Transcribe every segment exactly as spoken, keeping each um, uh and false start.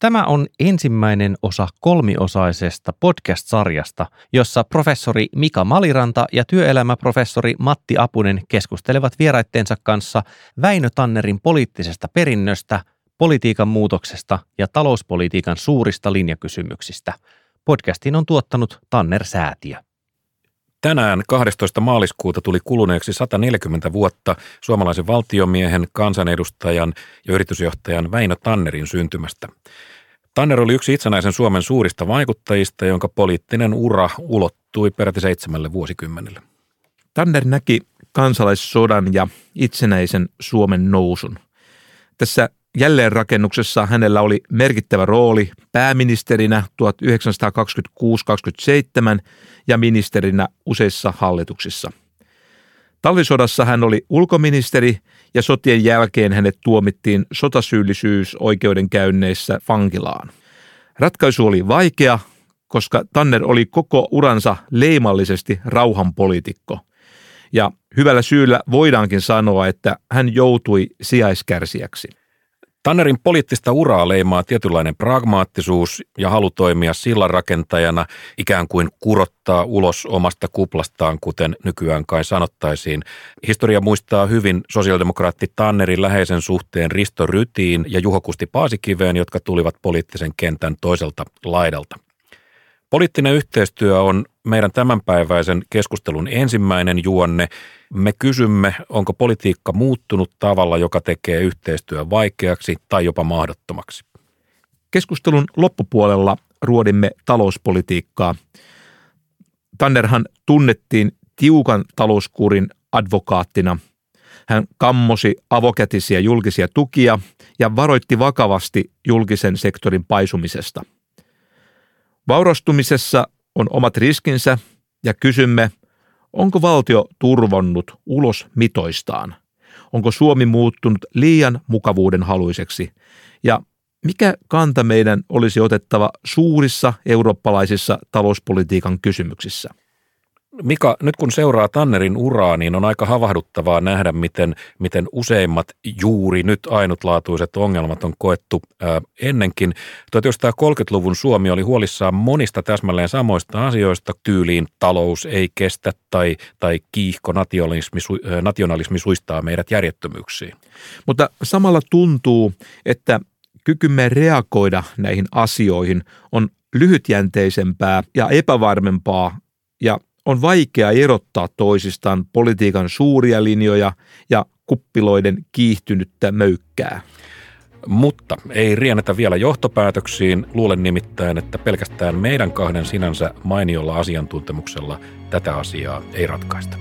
Tämä on ensimmäinen osa kolmiosaisesta podcast-sarjasta, jossa professori Mika Maliranta ja työelämäprofessori Matti Apunen keskustelevat vieraittensa kanssa Väinö Tannerin poliittisesta perinnöstä, politiikan muutoksesta ja talouspolitiikan suurista linjakysymyksistä. Podcastin on tuottanut Tanner-säätiö. Tänään kahdestoista maaliskuuta tuli kuluneeksi sata neljäkymmentä vuotta suomalaisen valtiomiehen, kansanedustajan ja yritysjohtajan Väinö Tannerin syntymästä. Tanner oli yksi itsenäisen Suomen suurista vaikuttajista, jonka poliittinen ura ulottui peräti seitsemälle vuosikymmenelle. Tanner näki kansalaissodan ja itsenäisen Suomen nousun. Tässä jälleenrakennuksessa hänellä oli merkittävä rooli pääministerinä tuhatyhdeksänsataakaksikymmentäkuusi kaksikymmentäseitsemän ja ministerinä useissa hallituksissa. Talvisodassa hän oli ulkoministeri ja sotien jälkeen hänet tuomittiin sotasyyllisyysoikeudenkäynneissä vankilaan. Ratkaisu oli vaikea, koska Tanner oli koko uransa leimallisesti rauhanpoliitikko. Ja hyvällä syyllä voidaankin sanoa, että hän joutui sijaiskärsijäksi. Tannerin poliittista uraa leimaa tietynlainen pragmaattisuus ja halu toimia sillanrakentajana, ikään kuin kurottaa ulos omasta kuplastaan, kuten nykyään kai sanottaisiin. Historia muistaa hyvin sosiaalidemokraatti Tannerin läheisen suhteen Risto Rytiin ja Juho Kusti Paasikiveen, jotka tulivat poliittisen kentän toiselta laidalta. Poliittinen yhteistyö on meidän tämänpäiväisen keskustelun ensimmäinen juonne. Me kysymme, onko politiikka muuttunut tavalla, joka tekee yhteistyön vaikeaksi tai jopa mahdottomaksi. Keskustelun loppupuolella ruodimme talouspolitiikkaa. Tannerhan tunnettiin tiukan talouskurin advokaattina. Hän kammosi avokätisiä julkisia tukia ja varoitti vakavasti julkisen sektorin paisumisesta. Vaurastumisessa on omat riskinsä ja kysymme, onko valtio turvannut ulos mitoistaan? Onko Suomi muuttunut liian mukavuuden haluiseksi? Ja mikä kanta meidän olisi otettava suurissa eurooppalaisissa talouspolitiikan kysymyksissä? Mika, nyt kun seuraa Tannerin uraa, niin on aika havahduttavaa nähdä, miten, miten useimmat juuri nyt ainutlaatuiset ongelmat on koettu ää, ennenkin. tuhatyhdeksänsataakolmekymmentäluvun Suomi oli huolissaan monista täsmälleen samoista asioista, tyyliin talous ei kestä tai, tai kiihko nationalismi, nationalismi suistaa meidät järjettömyyksiin. Mutta samalla tuntuu, että kykymme reagoida näihin asioihin on lyhytjänteisempää ja epävarmempaa ja on vaikea erottaa toisistaan politiikan suuria linjoja ja kuppiloiden kiihtynyttä möykkää. Mutta ei riennetä vielä johtopäätöksiin. Luulen nimittäin, että pelkästään meidän kahden sinänsä mainiolla asiantuntemuksella tätä asiaa ei ratkaista.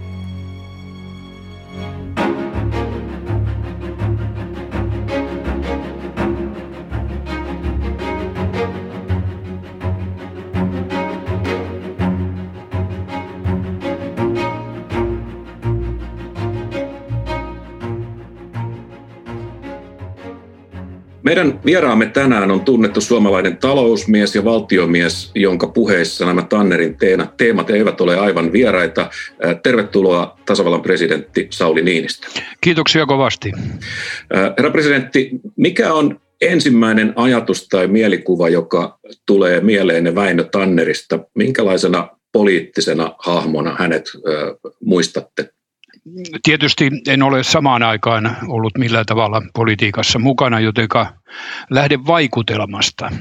Meidän vieraamme tänään on tunnettu suomalainen talousmies ja valtiomies, jonka puheissa nämä Tannerin teemat eivät ole aivan vieraita. Tervetuloa tasavallan presidentti Sauli Niinistö. Kiitoksia kovasti. Herra presidentti, mikä on ensimmäinen ajatus tai mielikuva, joka tulee mieleenne Väinö Tannerista? Minkälaisena poliittisena hahmona hänet äh, muistatte? Tietysti en ole samaan aikaan ollut millään tavalla politiikassa mukana, jotenka lähden vaikutelmasta.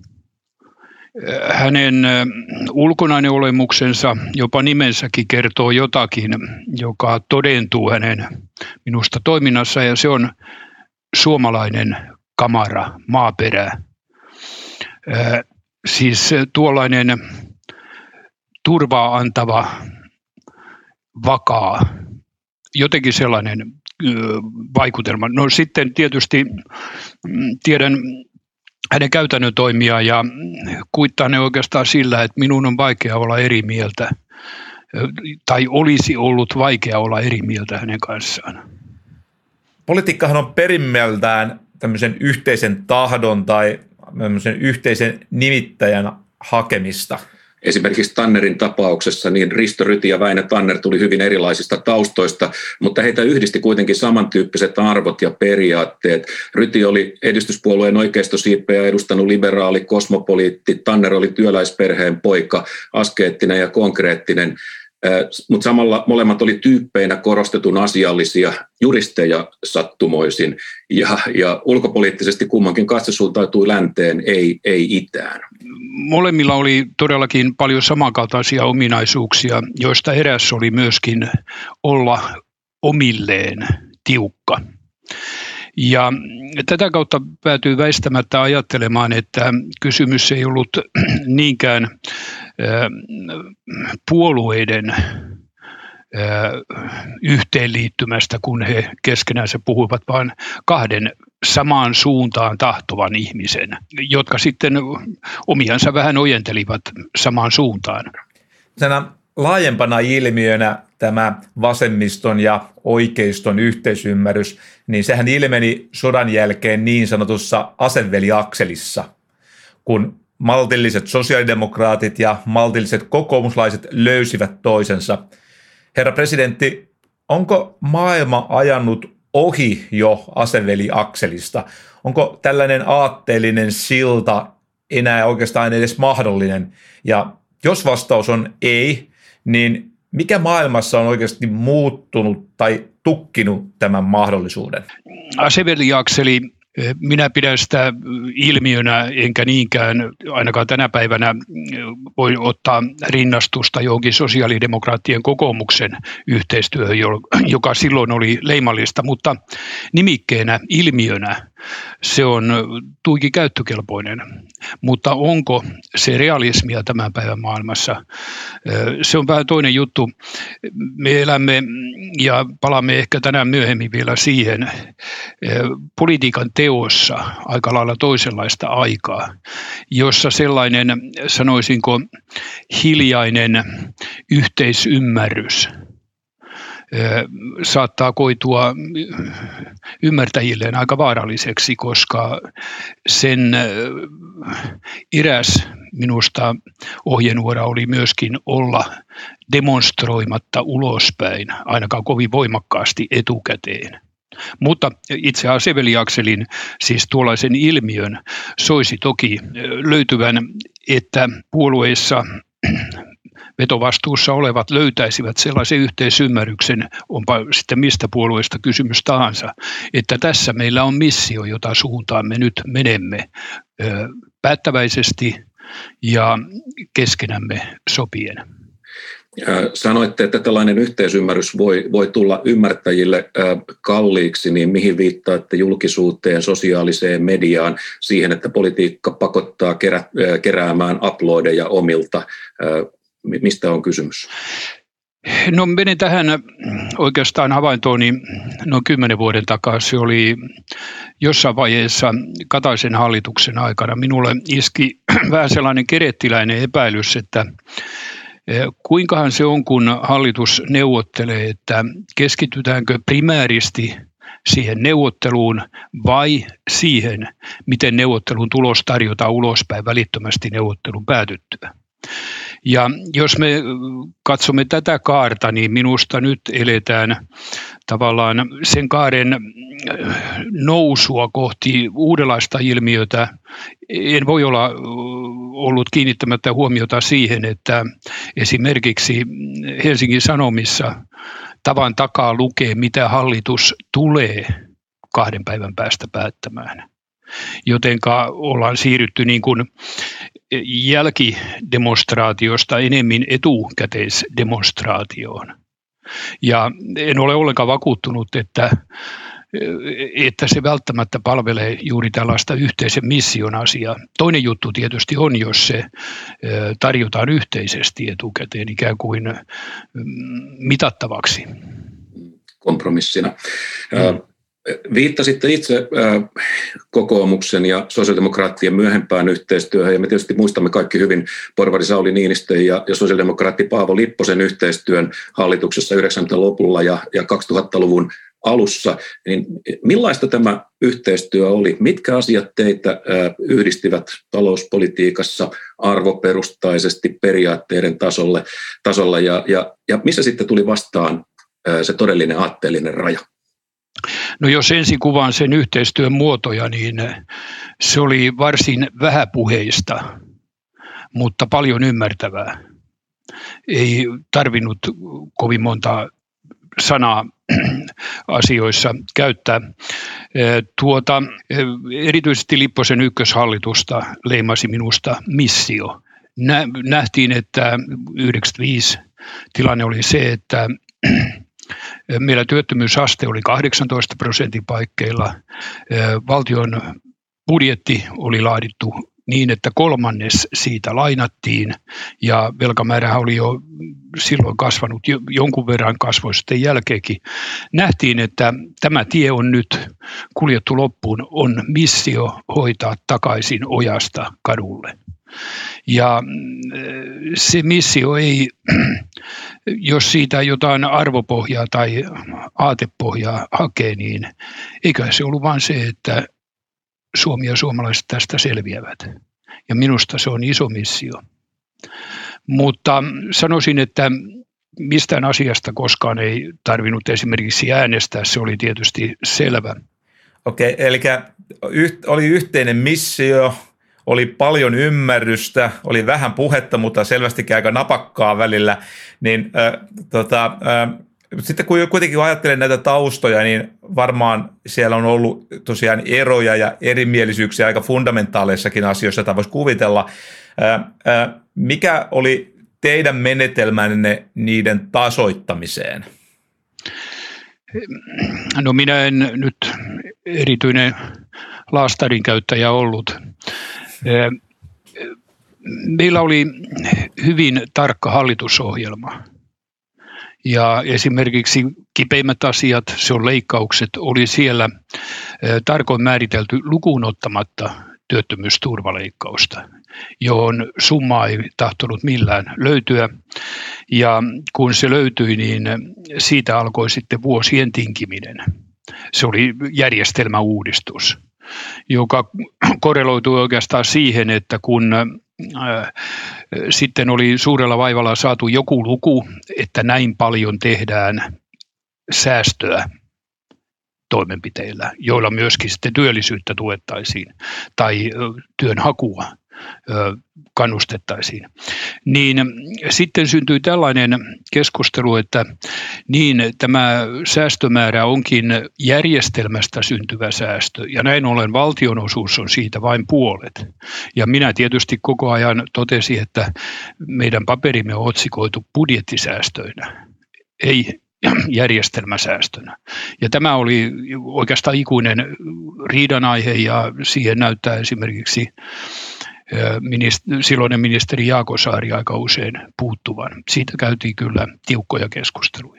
Hänen ulkonainen olemuksensa, jopa nimensäkin kertoo jotakin, joka todentuu hänen minusta toiminnassa, ja se on suomalainen kamara, maaperä. Siis tuollainen turvaa antava, vakaa, jotenkin sellainen ö, vaikutelma. No sitten tietysti tiedän hänen käytännön toimia ja kuittaan ne oikeastaan sillä, että minun on vaikea olla eri mieltä tai olisi ollut vaikea olla eri mieltä hänen kanssaan. Politiikkahan on perimmältään tämmöisen yhteisen tahdon tai tämmöisen yhteisen nimittäjän hakemista. Esimerkiksi Tannerin tapauksessa niin Risto Ryti ja Väinö Tanner tuli hyvin erilaisista taustoista, mutta heitä yhdisti kuitenkin samantyyppiset arvot ja periaatteet. Ryti oli edistyspuolueen oikeistosiipeä edustanut liberaali kosmopoliitti, Tanner oli työläisperheen poika, askeettinen ja konkreettinen. Mutta samalla molemmat oli tyyppeinä korostetun asiallisia, juristeja sattumoisin, ja, ja ulkopoliittisesti kummankin katse suuntautui länteen, ei, ei itään. Molemmilla oli todellakin paljon samankaltaisia ominaisuuksia, joista eräs oli myöskin olla omilleen tiukka. Ja tätä kautta päätyy väistämättä ajattelemaan, että kysymys ei ollut niinkään puolueiden yhteenliittymästä, kun he keskenään se puhuivat, vaan kahden samaan suuntaan tahtovan ihmisen, jotka sitten omiansa vähän ojentelivat samaan suuntaan. Tänä laajempana ilmiönä tämä vasemmiston ja oikeiston yhteisymmärrys, niin sehän ilmeni sodan jälkeen niin sanotussa aseveliakselissa, kun maltilliset sosiaalidemokraatit ja maltilliset kokoomuslaiset löysivät toisensa. Herra presidentti, onko maailma ajanut ohi jo aseveliakselista? Onko tällainen aatteellinen silta enää oikeastaan edes mahdollinen? Ja jos vastaus on ei, niin mikä maailmassa on oikeasti muuttunut tai tukkinut tämän mahdollisuuden? Aseveliakseli, minä pidän sitä ilmiönä, enkä niinkään ainakaan tänä päivänä voi ottaa rinnastusta johonkin sosiaalidemokraattien kokoomuksen yhteistyöhön, joka silloin oli leimallista, mutta nimikkeenä, ilmiönä se on tuiki käyttökelpoinen. Mutta onko se realismia tämän päivän maailmassa? Se on vähän toinen juttu. Me elämme ja palaamme ehkä tänään myöhemmin vielä siihen politiikan teossa aika lailla toisenlaista aikaa, jossa sellainen, sanoisinko, hiljainen yhteisymmärrys saattaa koitua ymmärtäjilleen aika vaaralliseksi, koska sen eräs minusta ohjenuora oli myöskin olla demonstroimatta ulospäin, ainakaan kovin voimakkaasti etukäteen. Mutta itse aseveliakselin, siis tuollaisen ilmiön, soisi toki löytyvän, että puolueissa vetovastuussa olevat löytäisivät sellaisen yhteisymmärryksen, onpa sitten mistä puolueesta kysymys tahansa, että tässä meillä on missio, jota suuntaan me nyt menemme päättäväisesti ja keskenämme sopien. Sanoitte, että tällainen yhteisymmärrys voi, voi tulla ymmärtäjille kalliiksi, niin mihin viittaatte julkisuuteen, sosiaaliseen mediaan, siihen, että politiikka pakottaa kerä, keräämään uploadeja omilta. Mistä on kysymys? No menen tähän oikeastaan havaintooni noin kymmenen vuoden takaa. Se oli jossain vaiheessa Kataisen hallituksen aikana. Minulle iski vähän sellainen kerettiläinen epäilys, että kuinkahan se on, kun hallitus neuvottelee, että keskitytäänkö primääristi siihen neuvotteluun vai siihen, miten neuvottelun tulos tarjotaan ulospäin välittömästi neuvottelun päätyttyä. Ja jos me katsomme tätä kaarta, niin minusta nyt eletään tavallaan sen kaaren nousua kohti uudenlaista ilmiötä. En voi olla ollut kiinnittämättä huomiota siihen, että esimerkiksi Helsingin Sanomissa tavan takaa lukee, mitä hallitus tulee kahden päivän päästä päättämään. Jotenka ollaan siirrytty niin kuin jälkidemonstraatiosta enemmän etukäteisdemonstraatioon. Ja en ole ollenkaan vakuuttunut, että, että se välttämättä palvelee juuri tällaista yhteisen mission asiaa. Toinen juttu tietysti on, jos se tarjotaan yhteisesti etukäteen ikään kuin mitattavaksi. Kompromissina. Mm. Viittasitte itse kokoomuksen ja sosiaalidemokraattien myöhempään yhteistyöhön, ja me tietysti muistamme kaikki hyvin porvari Sauli Niinistön ja, ja sosiaalidemokraatti Paavo Lipposen yhteistyön hallituksessa yhdeksänkymmentäluvulla ja, ja kaksituhattaluvun alussa, niin millaista tämä yhteistyö oli? Mitkä asiat teitä yhdistivät talouspolitiikassa arvoperustaisesti periaatteiden tasolle, tasolla ja, ja, ja missä sitten tuli vastaan se todellinen aatteellinen raja? No jos ensin kuvaan sen yhteistyön muotoja, niin se oli varsin vähäpuheista, mutta paljon ymmärtävää. Ei tarvinnut kovin monta sanaa asioissa käyttää. Tuota, erityisesti Lipposen ykköshallitusta leimasi minusta missio. Nähtiin, että yhdeksänkymmentäviisi tilanne oli se, että meillä työttömyysaste oli kahdeksantoista prosentin paikkeilla. Valtion budjetti oli laadittu niin, että kolmannes siitä lainattiin ja velkamäärähän oli jo silloin kasvanut jonkun verran, kasvoi sitten jälkeenkin. Nähtiin, että tämä tie on nyt kuljettu loppuun, on missio hoitaa takaisin ojasta kadulle. Ja se missio ei, jos siitä jotain arvopohjaa tai aatepohjaa hakee, niin eiköhän se ollut vain se, että Suomi ja suomalaiset tästä selviävät. Ja minusta se on iso missio. Mutta sanoisin, että mistään asiasta koskaan ei tarvinnut esimerkiksi äänestää, se oli tietysti selvä. Okei, eli oli yhteinen missio, oli paljon ymmärrystä, oli vähän puhetta, mutta selvästi aika napakkaa välillä, niin äh, tota, äh, sitten kun kuitenkin ajattelen näitä taustoja, niin varmaan siellä on ollut tosiaan eroja ja erimielisyyksiä aika fundamentaaleissakin asioissa, joita voisi kuvitella. Ää, ää, mikä oli teidän menetelmänne niiden tasoittamiseen? No minä en nyt erityinen laastarin käyttäjä ollut. Meillä oli hyvin tarkka hallitusohjelma. Ja esimerkiksi kipeimmät asiat, se on leikkaukset, oli siellä tarkoin määritelty lukuun ottamatta työttömyysturvaleikkausta, johon summa ei tahtonut millään löytyä. Ja kun se löytyi, niin siitä alkoi sitten vuosien tinkiminen. Se oli järjestelmäuudistus, joka korreloitui oikeastaan siihen, että kun sitten oli suurella vaivalla saatu joku luku, että näin paljon tehdään säästöä toimenpiteillä, joilla myöskin sitten työllisyyttä tuettaisiin tai työnhakua kannustettaisiin. Niin sitten syntyi tällainen keskustelu, että niin tämä säästömäärä onkin järjestelmästä syntyvä säästö ja näin ollen valtionosuus on siitä vain puolet. Ja minä tietysti koko ajan totesin, että meidän paperimme on otsikoitu budjettisäästöinä, ei järjestelmäsäästönä. Ja tämä oli oikeastaan ikuinen riidanaihe ja siihen näyttää esimerkiksi silloinen ministeri Jaakonsaari aika usein puuttuvan. Siitä käytiin kyllä tiukkoja keskusteluja.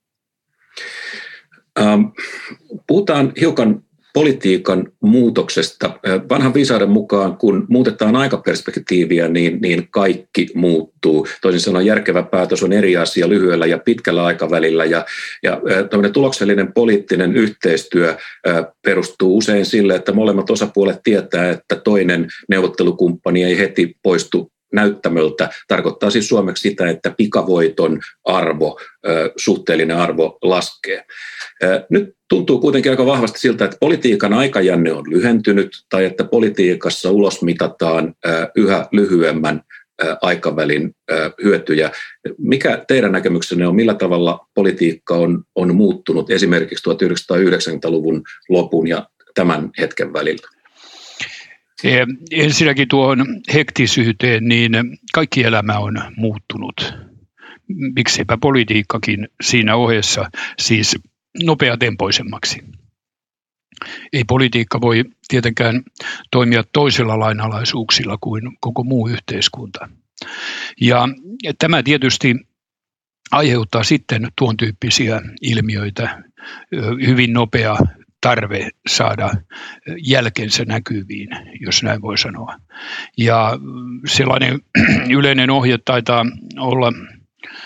Ähm, puhutaan hiukan politiikan muutoksesta. Vanhan viisauden mukaan, kun muutetaan aikaperspektiiviä, niin, niin kaikki muuttuu. Toisin sanoen järkevä päätös on eri asia lyhyellä ja pitkällä aikavälillä. Ja, ja tämmöinen tuloksellinen poliittinen yhteistyö perustuu usein sille, että molemmat osapuolet tietää, että toinen neuvottelukumppani ei heti poistu näyttämöltä. Tarkoittaa siis suomeksi sitä, että pikavoiton arvo, suhteellinen arvo laskee. Nyt tuntuu kuitenkin aika vahvasti siltä, että politiikan aikajänne on lyhentynyt tai että politiikassa ulosmitataan yhä lyhyemmän aikavälin hyötyjä. Mikä teidän näkemyksenne on, millä tavalla politiikka on, on muuttunut esimerkiksi tuhatyhdeksänsataayhdeksänkymmentäluvun lopun ja tämän hetken välillä? Ensinnäkin tuohon hektisyyteen, niin kaikki elämä on muuttunut. Miksipä politiikkakin siinä ohessa siis nopeatempoisemmaksi. Ei politiikka voi tietenkään toimia toisella lainalaisuuksilla kuin koko muu yhteiskunta. Ja tämä tietysti aiheuttaa sitten tuon tyyppisiä ilmiöitä, hyvin nopea tarve saada jälkensä näkyviin, jos näin voi sanoa. Ja sellainen yleinen ohje taitaa olla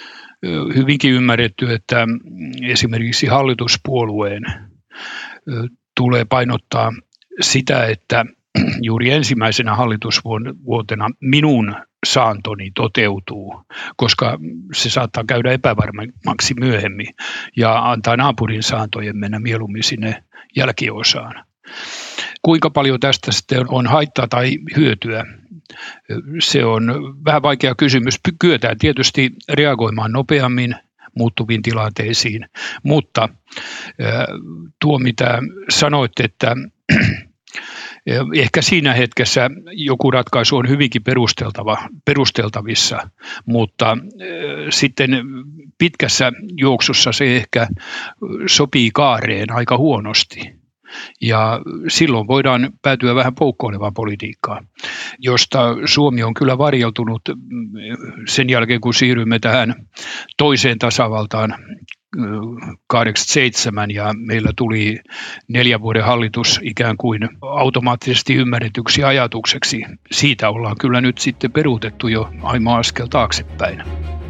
hyvinkin ymmärretty, että esimerkiksi hallituspuolueen tulee painottaa sitä, että juuri ensimmäisenä hallitusvuotena minun saantoni toteutuu, koska se saattaa käydä epävarmaksi myöhemmin ja antaa naapurin saantojen mennä mieluummin sinne jälkiosaan. Kuinka paljon tästä sitten on haittaa tai hyötyä? Se on vähän vaikea kysymys. Kyetään tietysti reagoimaan nopeammin muuttuviin tilanteisiin, mutta tuo mitä sanoit, että ehkä siinä hetkessä joku ratkaisu on hyvinkin perusteltava, perusteltavissa, mutta sitten pitkässä juoksussa se ehkä sopii kaareen aika huonosti. Ja silloin voidaan päätyä vähän poukkoilevaan politiikkaan, josta Suomi on kyllä varjeltunut sen jälkeen, kun siirrymme tähän toiseen tasavaltaan kahdeksankymmentäseitsemän ja meillä tuli neljän vuoden hallitus ikään kuin automaattisesti ymmärretyksi ajatukseksi. Siitä ollaan kyllä nyt sitten peruutettu jo aimo askel taaksepäin.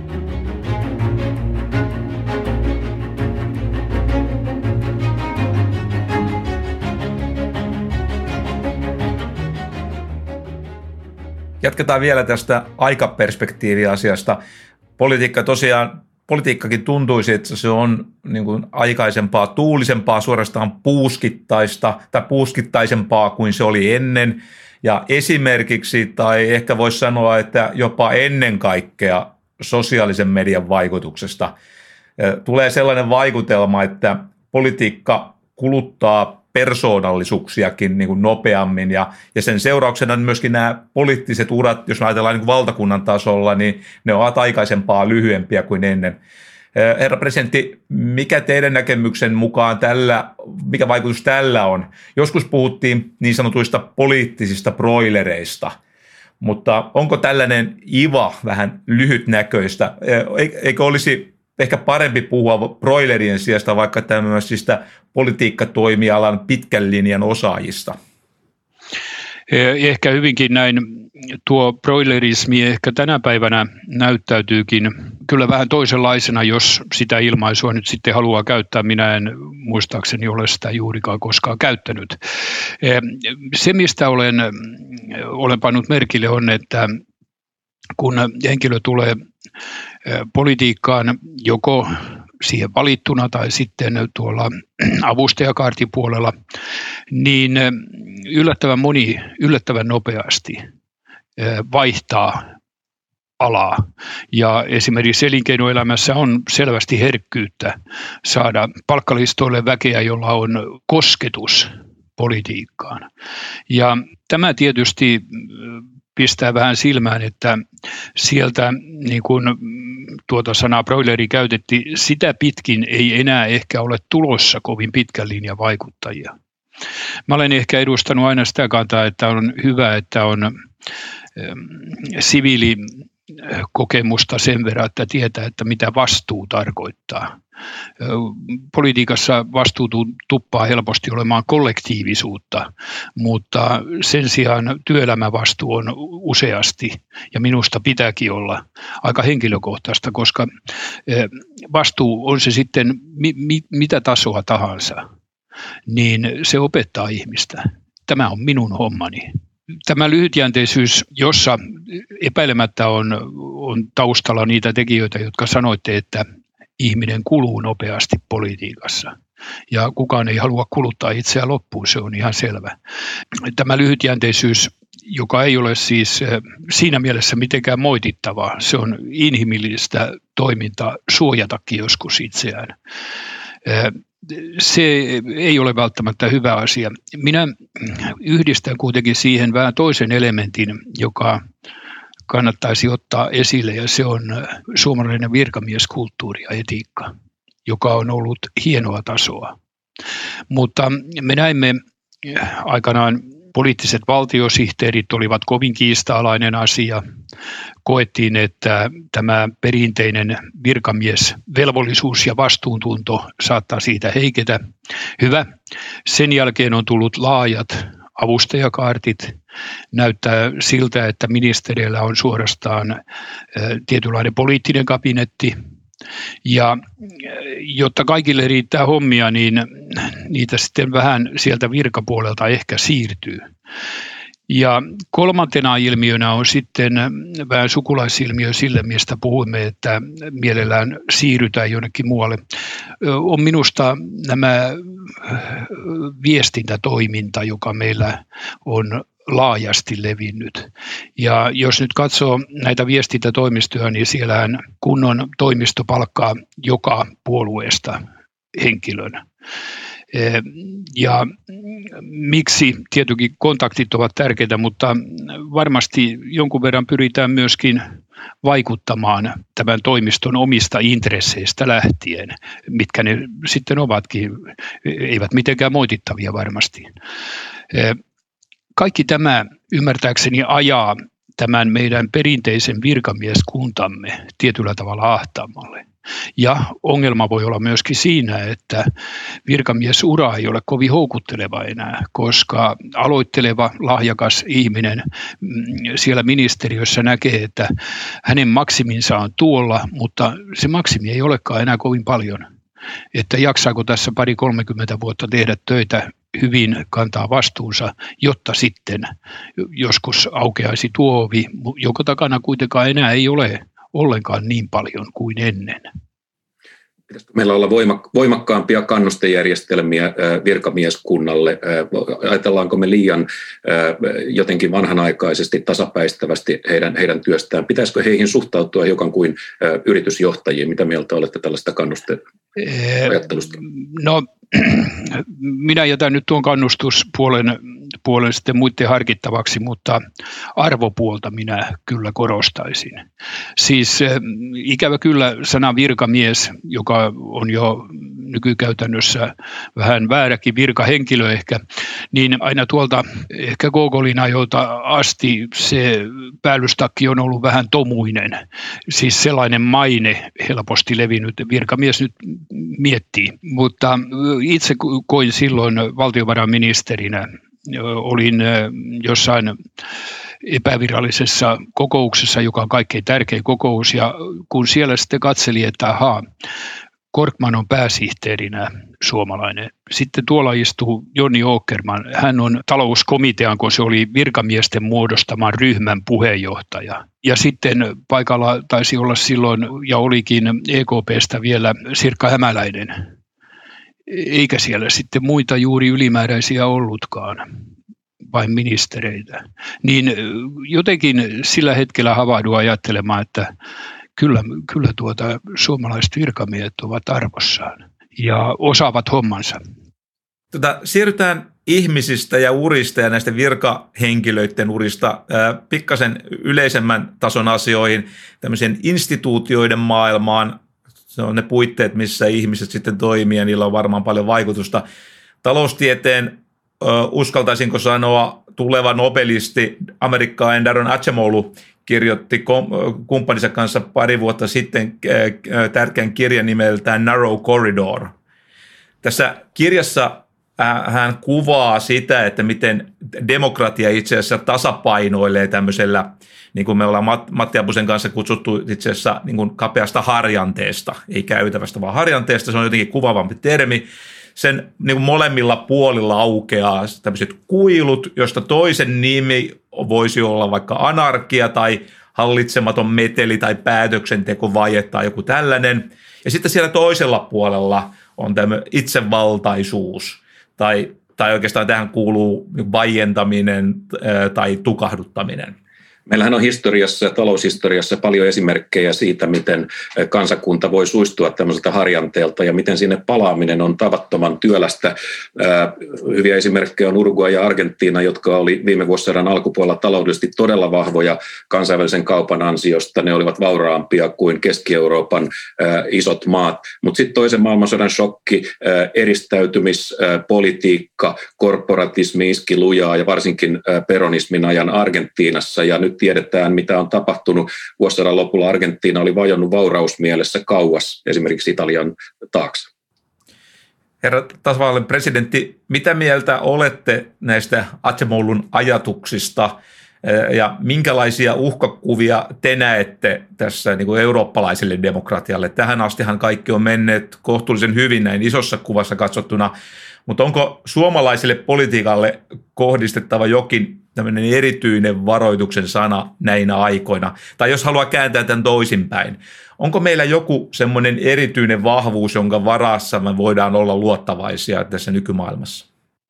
Jatketaan vielä tästä aikaperspektiiviasiasta. Politiikka tosiaan, politiikkakin tuntuisi, että se on niin kuin aikaisempaa, tuulisempaa, suorastaan puuskittaista tai puuskittaisempaa kuin se oli ennen. Ja esimerkiksi, tai ehkä voisi sanoa, että jopa ennen kaikkea sosiaalisen median vaikutuksesta tulee sellainen vaikutelma, että politiikka kuluttaa persoonallisuuksiakin niin kuin nopeammin ja, ja sen seurauksena myöskin nämä poliittiset urat, jos me ajatellaan niin kuin valtakunnan tasolla, niin ne ovat aikaisempaa lyhyempiä kuin ennen. Herra presidentti, mikä teidän näkemyksen mukaan tällä, mikä vaikutus tällä on? Joskus puhuttiin niin sanotuista poliittisista broilereista, mutta onko tällainen I V A vähän lyhytnäköistä? Eikö olisi ehkä parempi puhua broilerien sijasta vaikka tämmöisistä politiikkatoimialan pitkän linjan osaajista? Ehkä hyvinkin näin. Tuo broilerismi ehkä tänä päivänä näyttäytyykin kyllä vähän toisenlaisena, jos sitä ilmaisua nyt sitten haluaa käyttää. Minä en muistaakseni ole sitä juurikaan koskaan käyttänyt. Se, mistä olen, olen pannut merkille, on, että kun henkilö tulee politiikkaan joko siihen valittuna tai sitten tuolla avustajakaartin puolella, niin yllättävän moni, yllättävän nopeasti vaihtaa alaa. Ja esimerkiksi elinkeinoelämässä on selvästi herkkyyttä saada palkkalistoille väkeä, jolla on kosketus politiikkaan. Ja tämä tietysti pistää vähän silmään, että sieltä niin kuin tuota sanaa broileri käytettiin, sitä pitkin ei enää ehkä ole tulossa kovin pitkän linjan vaikuttajia. Mä olen ehkä edustanut aina sitä kantaa, että on hyvä, että on siviilikokemusta sen verran, että tietää, että mitä vastuu tarkoittaa. Politiikassa vastuu tuppaa helposti olemaan kollektiivisuutta, mutta sen sijaan työelämävastuu on useasti, ja minusta pitääkin olla, aika henkilökohtaista, koska vastuu on se sitten mi- mi- mitä tasoa tahansa, niin se opettaa ihmistä. Tämä on minun hommani. Tämä lyhytjänteisyys, jossa epäilemättä on, on taustalla niitä tekijöitä, jotka sanoitte, että ihminen kuluu nopeasti politiikassa ja kukaan ei halua kuluttaa itseään loppuun, se on ihan selvä. Tämä lyhytjänteisyys, joka ei ole siis siinä mielessä mitenkään moitittavaa, se on inhimillistä toimintaa suojatakin joskus itseään. Se ei ole välttämättä hyvä asia. Minä yhdistän kuitenkin siihen vähän toisen elementin, joka kannattaisi ottaa esille, ja se on suomalainen virkamieskulttuuri ja etiikka, joka on ollut hienoa tasoa. Mutta me näimme aikanaan, poliittiset valtiosihteerit olivat kovin kiista-alainen asia. Koettiin, että tämä perinteinen virkamiesvelvollisuus ja vastuuntunto saattaa siitä heiketä. Hyvä. Sen jälkeen on tullut laajat avustajakaartit. Näyttää siltä, että ministereillä on suorastaan tietynlainen poliittinen kabinetti, Ja jotta kaikille riittää hommia, niin niitä sitten vähän sieltä virkapuolelta ehkä siirtyy. Ja kolmantena ilmiönä on sitten vähän sukulaisilmiö sille, mistä puhuimme, että mielellään siirrytään jonnekin muualle. On minusta nämä viestintätoiminta, joka meillä on laajasti levinnyt. Ja jos nyt katsoo näitä viestintätoimistoja, niin siellähän kunnon toimisto palkkaa joka puolueesta henkilön. Ja miksi tietenkin kontaktit ovat tärkeitä, mutta varmasti jonkun verran pyritään myöskin vaikuttamaan tämän toimiston omista intresseistä lähtien, mitkä ne sitten ovatkin, eivät mitenkään moitittavia varmasti. Kaikki tämä ymmärtääkseni ajaa tämän meidän perinteisen virkamieskuntamme tietyllä tavalla ahtaamalle. Ja ongelma voi olla myöskin siinä, että virkamiesura ei ole kovin houkutteleva enää, koska aloitteleva, lahjakas ihminen siellä ministeriössä näkee, että hänen maksiminsa on tuolla, mutta se maksimi ei olekaan enää kovin paljon. Että jaksaako tässä pari kolmekymmentä vuotta tehdä töitä hyvin, kantaa vastuunsa, jotta sitten joskus aukeaisi tuo ovi, jonka takana kuitenkaan enää ei ole ollenkaan niin paljon kuin ennen. Pitäisikö meillä olla voimakkaampia kannustejärjestelmiä virkamieskunnalle? Ajatellaanko me liian jotenkin vanhanaikaisesti, tasapäistävästi heidän, heidän työstään? Pitäisikö heihin suhtautua jokan kuin yritysjohtajiin? Mitä mieltä olette tällaista kannusteajattelusta? No, minä jätän nyt tuon kannustuspuolen puolen sitten muiden harkittavaksi, mutta arvopuolta minä kyllä korostaisin. Siis ikävä kyllä sana virkamies, joka on jo nykykäytännössä vähän vääräkin virkahenkilö ehkä, niin aina tuolta ehkä Gogolin ajoilta asti se päällystakki on ollut vähän tomuinen. Siis sellainen maine helposti levinnyt, virkamies nyt miettii, mutta itse koin silloin valtiovarainministerinä, olin jossain epävirallisessa kokouksessa, joka on kaikkein tärkein kokous, ja kun siellä sitten katseli, että ahaa, Korkman on pääsihteerinä suomalainen. Sitten tuolla istuu Jonni Åkerman. Hän on talouskomitean, kun se oli virkamiesten muodostaman ryhmän puheenjohtaja. Ja sitten paikalla taisi olla silloin, ja olikin E K P:stä vielä Sirkka Hämäläinen. Eikä siellä sitten muita juuri ylimääräisiä ollutkaan, vain ministereitä. Niin jotenkin sillä hetkellä havahduin ajattelemaan, että kyllä, kyllä tuota, suomalaiset virkamiehet ovat arvossaan ja osaavat hommansa. Tota, siirrytään ihmisistä ja urista ja näistä virkahenkilöiden urista äh, pikkasen yleisemmän tason asioihin, tämmöisen instituutioiden maailmaan. Se on ne puitteet, missä ihmiset sitten toimii ja niillä on varmaan paljon vaikutusta. Taloustieteen, äh, uskaltaisinko sanoa, tuleva nobelisti amerikkalainen Daron Acemoglu kirjoitti kumppaninsa kanssa pari vuotta sitten tärkeän kirjan nimeltään Narrow Corridor. Tässä kirjassa hän kuvaa sitä, että miten demokratia itse asiassa tasapainoilee tämmöisellä, niin kuin me ollaan Matti Apusen kanssa kutsuttu itse asiassa niin kuin kapeasta harjanteesta, ei käytävästä vaan harjanteesta, se on jotenkin kuvaavampi termi. Sen niin kuin molemmilla puolilla aukeaa tämmöiset kuilut, josta toisen nimi voisi olla vaikka anarkia tai hallitsematon meteli tai päätöksentekovaje tai joku tällainen. Ja sitten siellä toisella puolella on tämmöinen itsevaltaisuus tai, tai oikeastaan tähän kuuluu vaientaminen tai tukahduttaminen. Meillähän on historiassa ja taloushistoriassa paljon esimerkkejä siitä, miten kansakunta voi suistua tämmöiseltä harjanteelta ja miten sinne palaaminen on tavattoman työlästä. Hyviä esimerkkejä on Uruguay ja Argentiina, jotka oli viime vuosisadan alkupuolella taloudellisesti todella vahvoja kansainvälisen kaupan ansiosta. Ne olivat vauraampia kuin Keski-Euroopan isot maat. Mutta sitten toisen maailmansodan shokki, eristäytymispolitiikka, korporatismi iski lujaa ja varsinkin peronismin ajan Argentiinassa ja nyt tiedetään, mitä on tapahtunut. Vuosisadan lopulla Argentiina oli vajonnut vaurausmielessä kauas esimerkiksi Italian taakse. Herra tasavallan presidentti, mitä mieltä olette näistä Acemoglun ajatuksista? Ja minkälaisia uhkakuvia te näette tässä niin kuin eurooppalaiselle demokratialle? Tähän astihan kaikki on menneet kohtuullisen hyvin näin isossa kuvassa katsottuna, mutta onko suomalaiselle politiikalle kohdistettava jokin tämmöinen erityinen varoituksen sana näinä aikoina? Tai jos haluaa kääntää tämän toisinpäin, onko meillä joku semmoinen erityinen vahvuus, jonka varassa me voidaan olla luottavaisia tässä nykymaailmassa?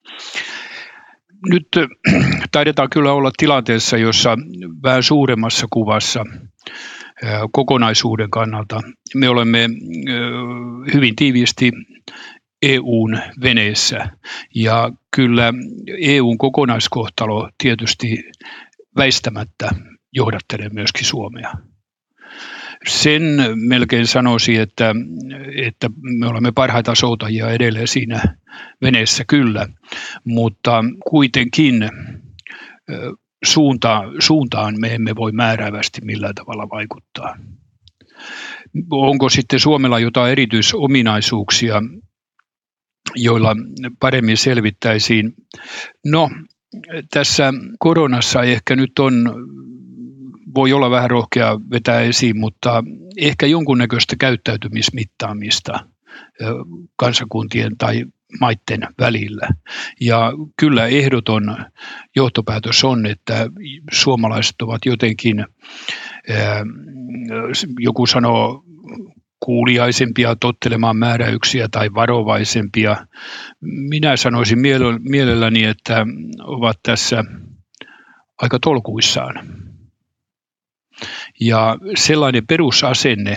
Nyt taidetaan kyllä olla tilanteessa, jossa vähän suuremmassa kuvassa kokonaisuuden kannalta me olemme hyvin tiiviisti E U:n veneessä, ja kyllä E U:n kokonaiskohtalo tietysti väistämättä johdattelee myöskin Suomea. Sen melkein sanoisin, että, että me olemme parhaita soutajia edelleen siinä veneessä kyllä, mutta kuitenkin suunta, suuntaan me emme voi määräävästi millään tavalla vaikuttaa. Onko sitten Suomella jotain erityisominaisuuksia, joilla paremmin selvittäisiin? No, tässä koronassa ehkä nyt on, voi olla vähän rohkea vetää esiin, mutta ehkä jonkunnäköistä käyttäytymismittaamista kansakuntien tai maiden välillä. Ja kyllä ehdoton johtopäätös on, että suomalaiset ovat jotenkin, joku sanoo, kuuliaisempia tottelemaan määräyksiä tai varovaisempia. Minä sanoisin mielelläni, että ovat tässä aika tolkuissaan. Ja sellainen perusasenne,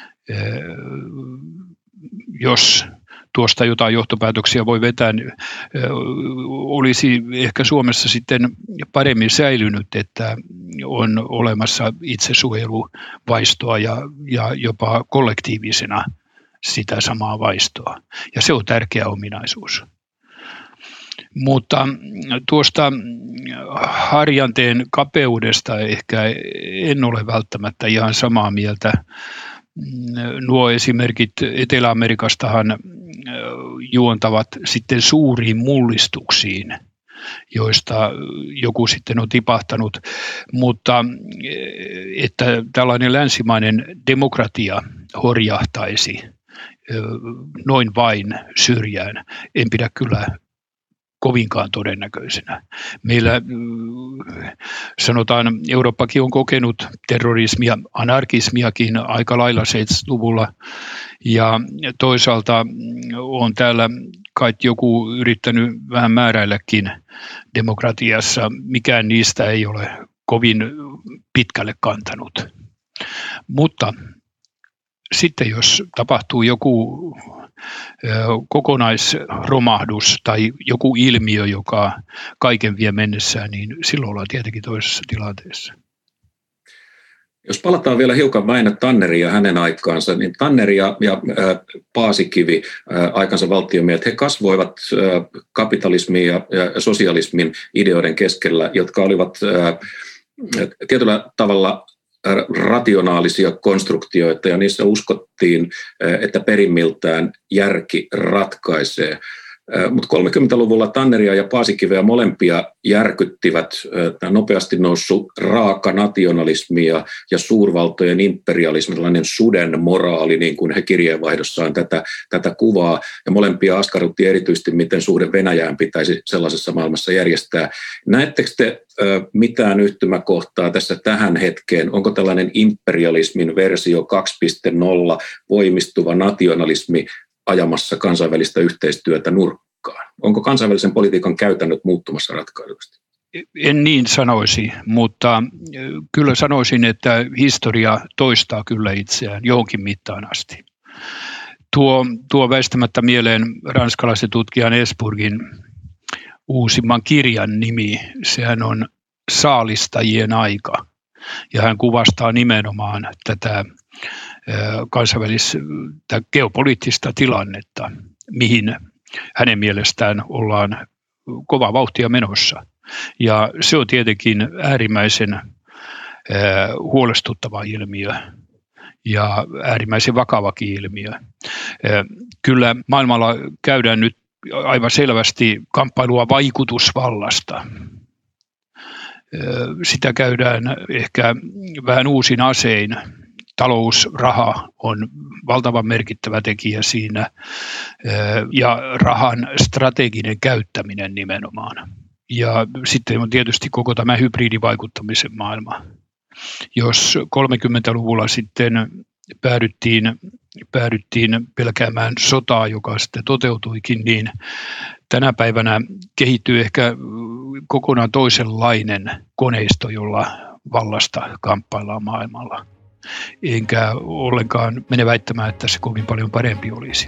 jos tuosta jotain johtopäätöksiä voi vetää, olisi ehkä Suomessa sitten paremmin säilynyt, että on olemassa itsesuojeluvaistoa ja, ja jopa kollektiivisena sitä samaa vaistoa. Ja se on tärkeä ominaisuus. Mutta tuosta harjanteen kapeudesta ehkä en ole välttämättä ihan samaa mieltä. Nuo esimerkit Etelä-Amerikastahan juontavat sitten suuriin mullistuksiin, joista joku sitten on tipahtanut, mutta että tällainen länsimainen demokratia horjahtaisi noin vain syrjään, en pidä kyllä kovinkaan todennäköisenä. Meillä sanotaan, Eurooppakin on kokenut terrorismia, anarkismiakin aika lailla seitsemänkymmentäluvulla, ja toisaalta on täällä kai joku yrittänyt vähän määräilläkin demokratiassa. Mikään niistä ei ole kovin pitkälle kantanut. Mutta sitten jos tapahtuu joku kokonaisromahdus tai joku ilmiö, joka kaiken vie mennessään, niin silloin ollaan tietenkin toisessa tilanteessa. Jos palataan vielä hiukan Väinö Tanneriin ja hänen aikaansa, niin Tanneri ja, ja äh, Paasikivi, äh, aikansa valtiomiehet, he kasvoivat äh, kapitalismin ja, ja sosialismin ideoiden keskellä, jotka olivat äh, tietyllä tavalla rationaalisia konstruktioita, ja niissä uskottiin, että perimmiltään järki ratkaisee. Mutta kolmekymmentäluvulla Tanneria ja Paasikiveä molempia järkyttivät tämä nopeasti noussut raaka nationalismi ja, ja suurvaltojen imperialismi, tällainen suden moraali, niin kuin he kirjeenvaihdossaan tätä, tätä kuvaa. Ja molempia askarrutti erityisesti, miten suhde Venäjään pitäisi sellaisessa maailmassa järjestää. Näettekö te mitään yhtymäkohtaa tässä tähän hetkeen? Onko tällainen imperialismin versio kaksi piste nolla voimistuva nationalismi ajamassa kansainvälistä yhteistyötä nurkkaan? Onko kansainvälisen politiikan käytännöt muuttumassa ratkaisusti? En niin sanoisi, mutta kyllä sanoisin, että historia toistaa kyllä itseään johonkin mittaan asti. Tuo, tuo väistämättä mieleen ranskalaisen tutkijan Esburgin uusimman kirjan nimi. Sehän on Saalistajien aika, ja hän kuvastaa nimenomaan tätä kansainvälistä geopoliittista tilannetta, mihin hänen mielestään ollaan kovaa vauhtia menossa. Ja se on tietenkin äärimmäisen huolestuttava ilmiö ja äärimmäisen vakavakin ilmiö. Kyllä maailmalla käydään nyt aivan selvästi kamppailua vaikutusvallasta. Sitä käydään ehkä vähän uusin asein. Talousraha on valtavan merkittävä tekijä siinä ja rahan strateginen käyttäminen nimenomaan. Ja sitten on tietysti koko tämä hybridivaikuttamisen maailma. Jos kolmekymmentäluvulla sitten päädyttiin, päädyttiin pelkäämään sotaa, joka sitten toteutuikin, niin tänä päivänä kehittyy ehkä kokonaan toisenlainen koneisto, jolla vallasta kamppaillaan maailmalla. Enkä ollenkaan mene väittämään, että se kovin paljon parempi olisi.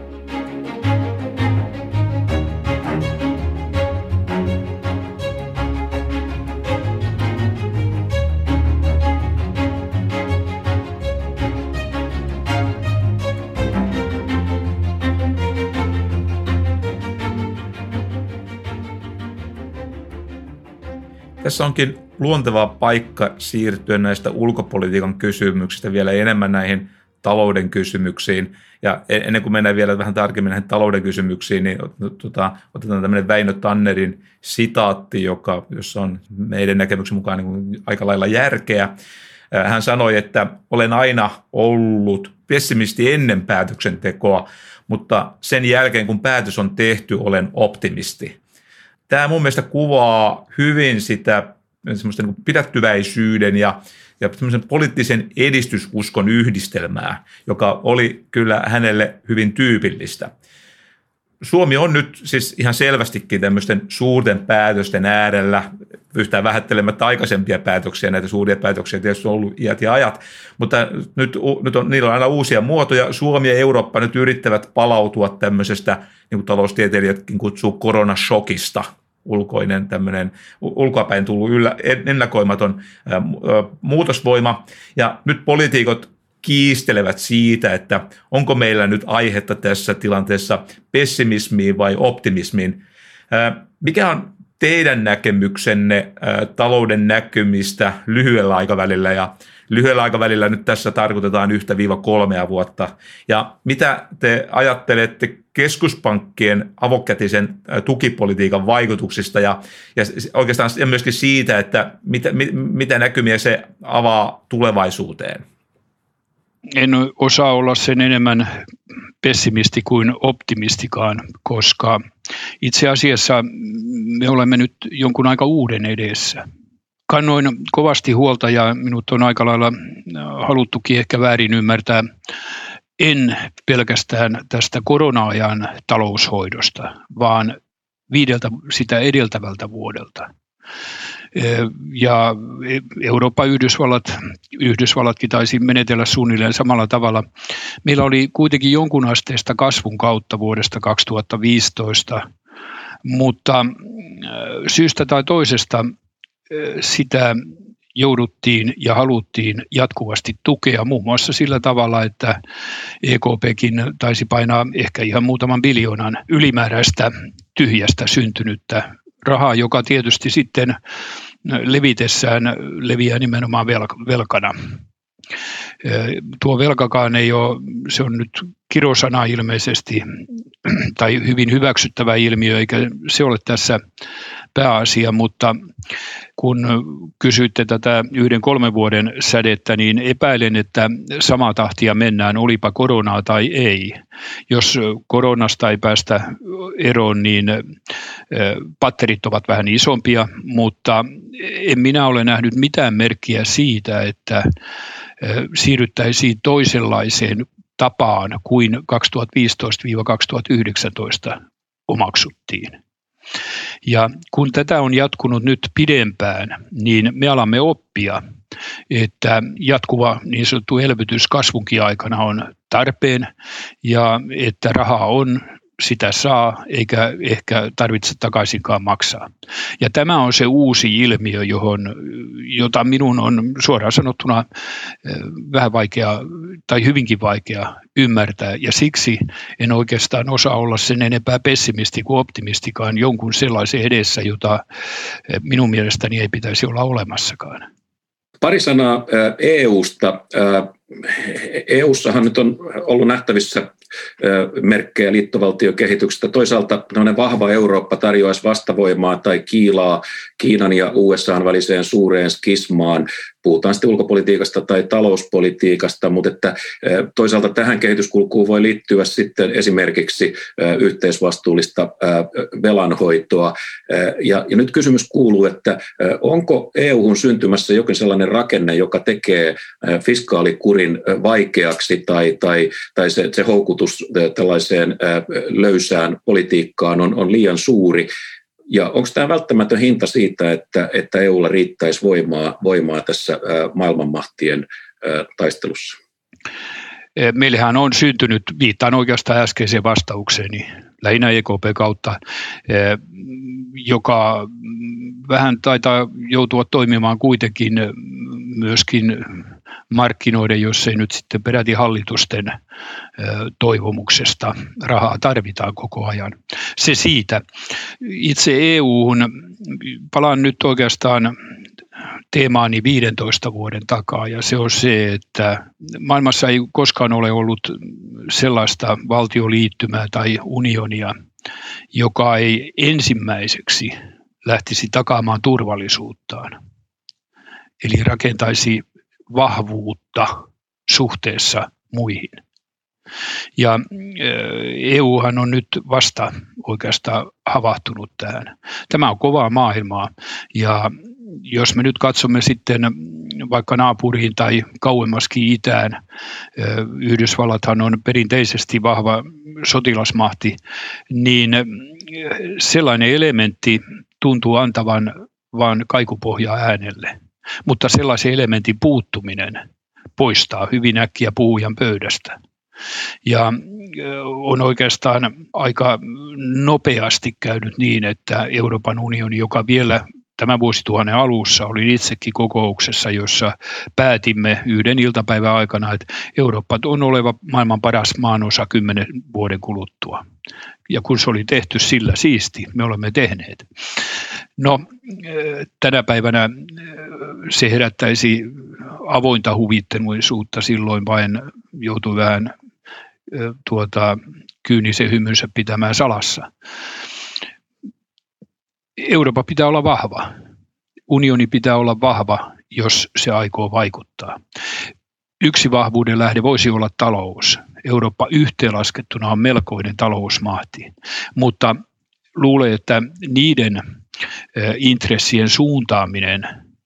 Tässä onkin luonteva paikka siirtyä näistä ulkopolitiikan kysymyksistä vielä enemmän näihin talouden kysymyksiin. Ja ennen kuin mennään vielä vähän tarkemmin näihin talouden kysymyksiin, niin tota, otetaan tämmöinen Väinö Tannerin sitaatti, joka, jossa on meidän näkemyksen mukaan niin kuin aika lailla järkeä. Hän sanoi, että olen aina ollut pessimisti ennen päätöksentekoa, mutta sen jälkeen kun päätös on tehty, olen optimisti. Tämä mun mielestä kuvaa hyvin sitä semmoista niin kuin pidättyväisyyden ja, ja semmoisen poliittisen edistysuskon yhdistelmää, joka oli kyllä hänelle hyvin tyypillistä. Suomi on nyt siis ihan selvästikin tämmöisten suurten päätösten äärellä, yhtään vähättelemättä aikaisempia päätöksiä, näitä suuria päätöksiä tietysti on ollut iät ja ajat, mutta nyt, nyt on, niillä on aina uusia muotoja. Suomi ja Eurooppa nyt yrittävät palautua tämmöisestä, niin kuin taloustieteilijätkin kutsuu koronashokista, ulkoinen tämmöinen ulkoapäin tullut yllä, ennakoimaton ää, muutosvoima, ja nyt poliitikot kiistelevät siitä, että onko meillä nyt aihetta tässä tilanteessa pessimismiin vai optimismiin. Mikä on teidän näkemyksenne talouden näkymistä lyhyellä aikavälillä, ja lyhyellä aikavälillä nyt tässä tarkoitetaan yhtä viiva kolmea vuotta, ja mitä te ajattelette keskuspankkien avokätisen tukipolitiikan vaikutuksista ja, ja oikeastaan myöskin siitä, että mitä, mitä näkymiä se avaa tulevaisuuteen? En osaa olla sen enemmän pessimisti kuin optimistikaan, koska itse asiassa me olemme nyt jonkun aika uuden edessä. Kannoin kovasti huolta ja minut on aika lailla haluttukin ehkä väärin ymmärtää, en pelkästään tästä korona-ajan taloushoidosta, vaan viideltä sitä edeltävältä vuodelta. Ja Eurooppa, Yhdysvallat, Yhdysvallatkin taisi menetellä suunnilleen samalla tavalla. Meillä oli kuitenkin jonkun asteista kasvun kautta vuodesta kaksituhattaviisitoista, mutta syystä tai toisesta sitä jouduttiin ja haluttiin jatkuvasti tukea muun muassa sillä tavalla, että E K P:kin taisi painaa ehkä ihan muutaman biljoonan ylimääräistä tyhjästä syntynyttä rahaa, joka tietysti sitten levitessään leviää nimenomaan velkana. Tuo velkakaan ei ole, se on nyt kirosana ilmeisesti tai hyvin hyväksyttävä ilmiö, eikä se ole tässä pääasia, mutta kun kysyitte tätä yhden kolmen vuoden sädettä, niin epäilen, että samaa tahtia mennään, olipa koronaa tai ei. Jos koronasta ei päästä eroon, niin patterit ovat vähän isompia, mutta en minä ole nähnyt mitään merkkiä siitä, että siirryttäisiin toisenlaiseen tapaan kuin kaksituhattaviisitoista kaksituhattayhdeksäntoista omaksuttiin. Ja kun tätä on jatkunut nyt pidempään, niin me alamme oppia, että jatkuva niin sanottu elvytys kasvunkin aikana on tarpeen ja että rahaa on, sitä saa eikä ehkä tarvitse takaisinkaan maksaa. Ja tämä on se uusi ilmiö, johon, jota minun on suoraan sanottuna vähän vaikea tai hyvinkin vaikea ymmärtää. Ja siksi en oikeastaan osaa olla sen enempää pessimisti kuin optimistikaan jonkun sellaisen edessä, jota minun mielestäni ei pitäisi olla olemassakaan. Pari sanaa E U:sta. E U:ssahan nyt on ollut nähtävissä merkkejä liittovaltiokehityksestä. Toisaalta vahva Eurooppa tarjoaisi vastavoimaa tai kiilaa Kiinan ja U S A:n väliseen suureen skismaan. Puhutaan sitten ulkopolitiikasta tai talouspolitiikasta, mutta että toisaalta tähän kehityskulkuun voi liittyä sitten esimerkiksi yhteisvastuullista velanhoitoa. Ja, ja nyt kysymys kuuluu, että onko E U:hun syntymässä jokin sellainen rakenne, joka tekee fiskaalikurin vaikeaksi tai, tai, tai se, se houkutus tällaiseen löysään politiikkaan on, on liian suuri. Ja onko tämä välttämätön hinta siitä, että, että E U:lla riittäisi voimaa, voimaa tässä maailmanmahtien taistelussa? Meillähän on syntynyt, viittaan oikeastaan äskeiseen vastaukseeni, lähinnä E K P kautta, joka vähän taitaa joutua toimimaan kuitenkin myöskin markkinoiden, jos ei nyt sitten peräti hallitusten toivomuksesta. Rahaa tarvitaan koko ajan. Se siitä. Itse E U:hun palaan nyt oikeastaan teemaani viidentoista vuoden takaa, ja se on se, että maailmassa ei koskaan ole ollut sellaista valtioliittymää tai unionia, joka ei ensimmäiseksi lähtisi takaamaan turvallisuuttaan. Eli rakentaisi vahvuutta suhteessa muihin. Ja E Uhan on nyt vasta oikeastaan havahtunut tähän. Tämä on kovaa maailmaa, ja jos me nyt katsomme sitten vaikka naapuriin tai kauemmaskin itään, Yhdysvallathan on perinteisesti vahva sotilasmahti, niin sellainen elementti tuntuu antavan vain kaikupohjaa äänelle. Mutta sellaisen elementin puuttuminen poistaa hyvin äkkiä puhujan pöydästä. Ja on oikeastaan aika nopeasti käynyt niin, että Euroopan unioni, joka vielä tämän vuosituhannen alussa oli itsekin kokouksessa, jossa päätimme yhden iltapäivän aikana, että Eurooppa on oleva maailman paras maanosa kymmenen vuoden kuluttua. Ja kun se oli tehty sillä siisti, me olemme tehneet. No, tänä päivänä se herättäisi avointa huvitteluisuutta, silloin vain joutui vähän tuota, kyynisen hymynsä pitämään salassa. Eurooppa pitää olla vahva. Unioni pitää olla vahva, jos se aikoo vaikuttaa. Yksi vahvuuden lähde voisi olla talous. Eurooppa yhteenlaskettuna on melkoinen talousmahti, mutta luulen, että niiden intressien suuntaaminen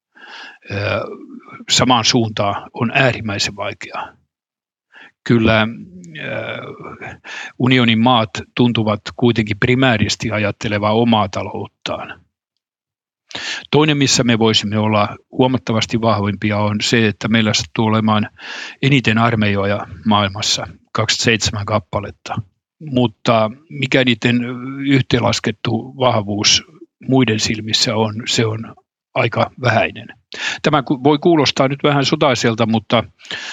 samaan suuntaan on äärimmäisen vaikeaa. Kyllä unionin maat tuntuvat kuitenkin primääristi ajattelevan omaa talouttaan. Toinen, missä me voisimme olla huomattavasti vahvimpia, on se, että meillä sattuu olemaan eniten armeijoja maailmassa, kaksikymmentäseitsemän kappaletta. Mutta mikä niiden yhteenlaskettu vahvuus muiden silmissä on, se on aika vähäinen. Tämä voi kuulostaa nyt vähän sotaiselta, mutta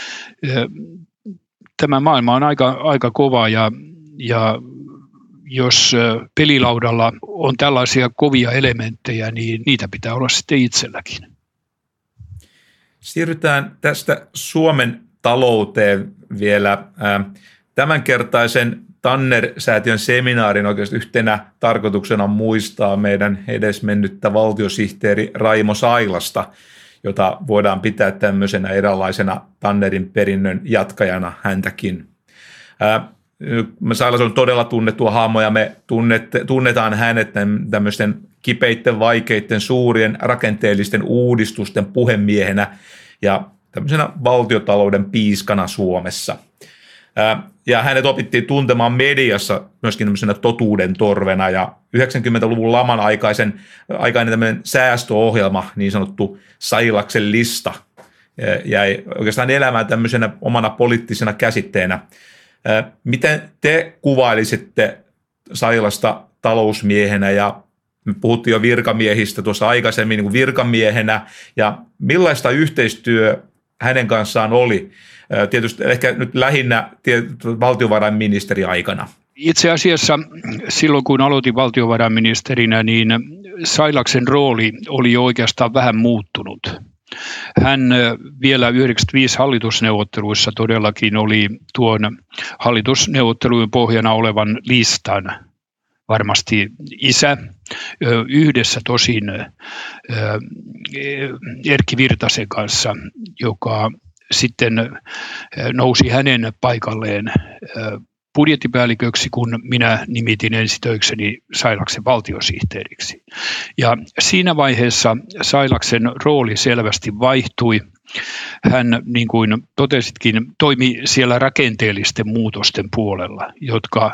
tämä maailma on aika, aika kova ja, ja jos pelilaudalla on tällaisia kovia elementtejä, niin niitä pitää olla sitten itselläkin. Siirrytään tästä Suomen talouteen vielä. Tämänkertaisen Tanner-säätiön seminaarin oikeasti yhtenä tarkoituksena on muistaa meidän edesmennyttä valtiosihteeri Raimo Sailasta, jota voidaan pitää tämmöisenä eräänlaisena Tannerin perinnön jatkajana häntäkin. Sailas on todella tunnettua hahmo ja me tunnetaan hänet tämmöisten kipeitten, vaikeitten, suurien rakenteellisten uudistusten puhemiehenä ja tämmöisenä valtiotalouden piiskana Suomessa. Ja hänet opittiin tuntemaan mediassa myöskin tämmöisenä totuuden torvena ja yhdeksänkymmentäluvun laman aikaisen, aikainen tämmöinen säästöohjelma, niin sanottu Sailaksen lista, jäi oikeastaan elämään tämmöisenä omana poliittisena käsitteenä. Miten te kuvailisitte Sailasta talousmiehenä ja me puhuttiin jo virkamiehistä tuossa aikaisemmin niin kuin virkamiehenä ja millaista yhteistyö hänen kanssaan oli? Tietysti ehkä nyt lähinnä valtiovarainministeri aikana. Itse asiassa silloin kun aloitin valtiovarainministerinä, niin Sailaksen rooli oli oikeastaan vähän muuttunut. Hän vielä yhdeksänkymmentäviisi hallitusneuvotteluissa todellakin oli tuon hallitusneuvottelujen pohjana olevan listan varmasti isä, yhdessä tosin Erkki Virtasen kanssa, joka sitten nousi hänen paikalleen budjettipäälliköksi, kun minä nimitin ensitöikseni Sailaksen valtiosihteeriksi. Ja siinä vaiheessa Sailaksen rooli selvästi vaihtui. Hän, niin kuin totesitkin, toimi siellä rakenteellisten muutosten puolella, jotka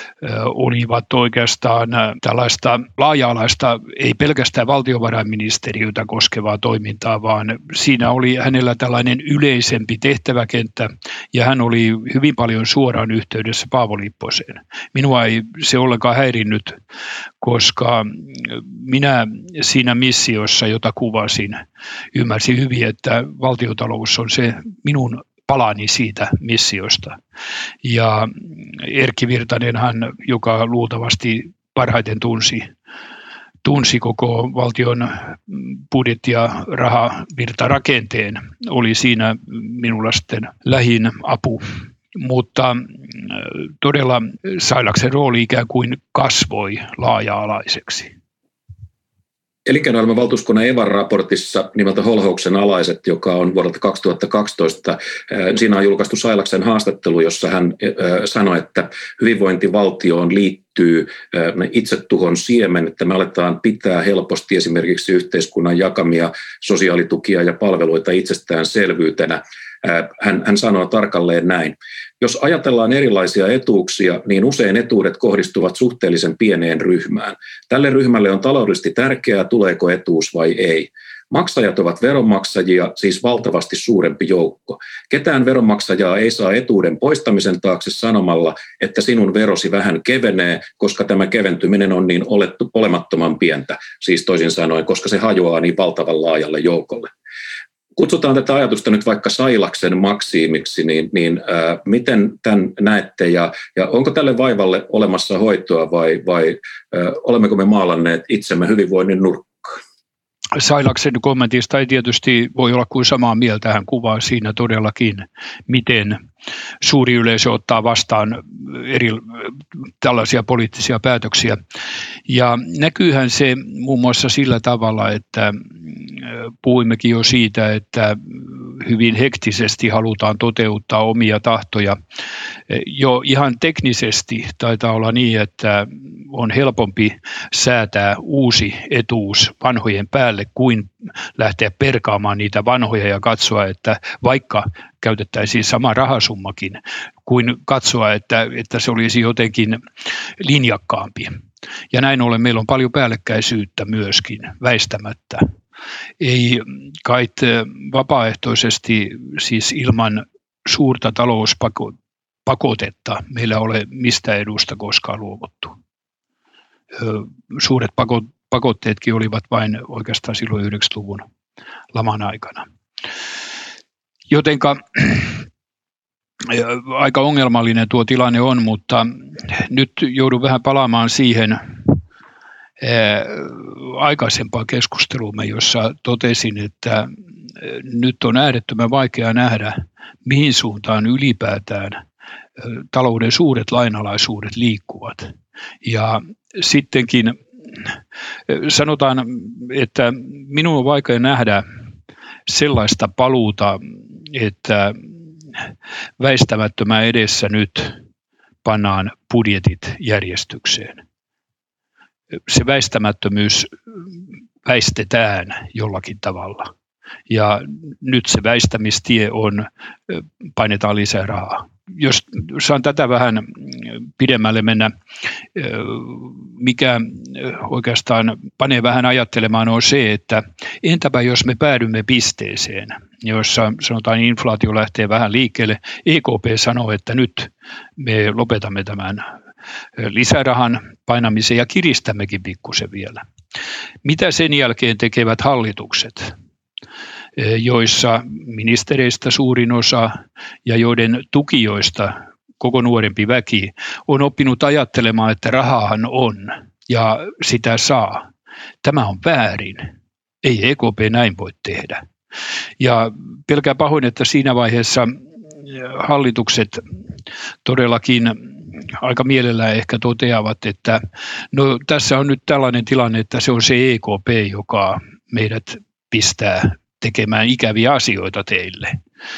olivat oikeastaan tällaista laaja-alaista, ei pelkästään valtiovarainministeriötä koskevaa toimintaa, vaan siinä oli hänellä tällainen yleisempi tehtäväkenttä, ja hän oli hyvin paljon suoraan yhteydessä Paavo Lipposeen. Minua ei se ollenkaan häirinnyt, koska minä siinä missiossa, jota kuvasin, ymmärsin hyvin, että valtiotalous on se minun palani siitä missiosta. Ja Erkki Virtanenhan, joka luultavasti parhaiten tunsi, tunsi koko valtion budjetti- ja rahavirtarakenteen, oli siinä minulla sitten lähin apu. Mutta todella Sailaksen rooli ikään kuin kasvoi laaja-alaiseksi. Elinkeinoelämän valtuuskunnan Evan raportissa nimeltä Holhouksen alaiset, joka on vuodelta kaksituhattakaksitoista, siinä on julkaistu Sailaksen haastattelu, jossa hän sanoi, että hyvinvointivaltioon liittyy itsetuhon siemen, että me aletaan pitää helposti esimerkiksi yhteiskunnan jakamia sosiaalitukia ja palveluita itsestäänselvyytenä. Hän, hän sanoo tarkalleen näin. Jos ajatellaan erilaisia etuuksia, niin usein etuudet kohdistuvat suhteellisen pieneen ryhmään. Tälle ryhmälle on taloudellisesti tärkeää, tuleeko etuus vai ei. Maksajat ovat veronmaksajia, siis valtavasti suurempi joukko. Ketään veronmaksajaa ei saa etuuden poistamisen taakse sanomalla, että sinun verosi vähän kevenee, koska tämä keventyminen on niin olettu, olemattoman pientä. Siis toisin sanoen, koska se hajoaa niin valtavan laajalle joukolle. Kutsutaan tätä ajatusta nyt vaikka Sailaksen maksiimiksi, niin, niin ää, miten tämän näette ja, ja onko tälle vaivalle olemassa hoitoa vai, vai ää, olemmeko me maalanneet itsemme hyvinvoinnin nurkkaan? Sailaksen kommentista ei tietysti voi olla kuin samaa mieltä. Hän kuvaa siinä todellakin, miten suuri yleisö ottaa vastaan eri tällaisia poliittisia päätöksiä. Ja näkyyhän se muun muassa sillä tavalla, että puhuimmekin jo siitä, että hyvin hektisesti halutaan toteuttaa omia tahtoja. Jo ihan teknisesti taitaa olla niin, että on helpompi säätää uusi etuus vanhojen päälle kuin lähteä perkaamaan niitä vanhoja ja katsoa, että vaikka käytettäisiin sama rahasummakin, kuin katsoa, että, että se olisi jotenkin linjakkaampi. Ja näin ollen meillä on paljon päällekkäisyyttä myöskin väistämättä. Ei kai vapaaehtoisesti, siis ilman suurta talouspakotetta, meillä ole mistä edusta koskaan luovuttu. Suuret pakotteetkin olivat vain oikeastaan silloin yhdeksänkymmentäluvun laman aikana. Jotenka aika ongelmallinen tuo tilanne on, mutta nyt joudun vähän palaamaan siihen aikaisempaan keskusteluumme, jossa totesin, että nyt on äärettömän vaikea nähdä, mihin suuntaan ylipäätään talouden suuret lainalaisuudet liikkuvat. Ja sittenkin sanotaan, että minun on vaikea nähdä sellaista paluuta, että väistämättömän edessä nyt pannaan budjetit järjestykseen. Se väistämättömyys väistetään jollakin tavalla. Ja nyt se väistämistie on, painetaan lisää rahaa. Jos saan tätä vähän pidemmälle mennä, mikä oikeastaan panee vähän ajattelemaan on se, että entäpä jos me päädymme pisteeseen, jossa sanotaan inflaatio lähtee vähän liikkeelle, E K P sanoo, että nyt me lopetamme tämän lisärahan painamisen ja kiristämmekin pikkusen vielä. Mitä sen jälkeen tekevät hallitukset, joissa ministereistä suurin osa ja joiden tukijoista koko nuorempi väki on oppinut ajattelemaan, että rahaahan on ja sitä saa. Tämä on väärin. Ei E K P näin voi tehdä. Ja pelkää pahoin, että siinä vaiheessa hallitukset todellakin aika mielellään ehkä toteavat, että no tässä on nyt tällainen tilanne, että se on se E K P, joka meidät pistää tekemään ikäviä asioita teille.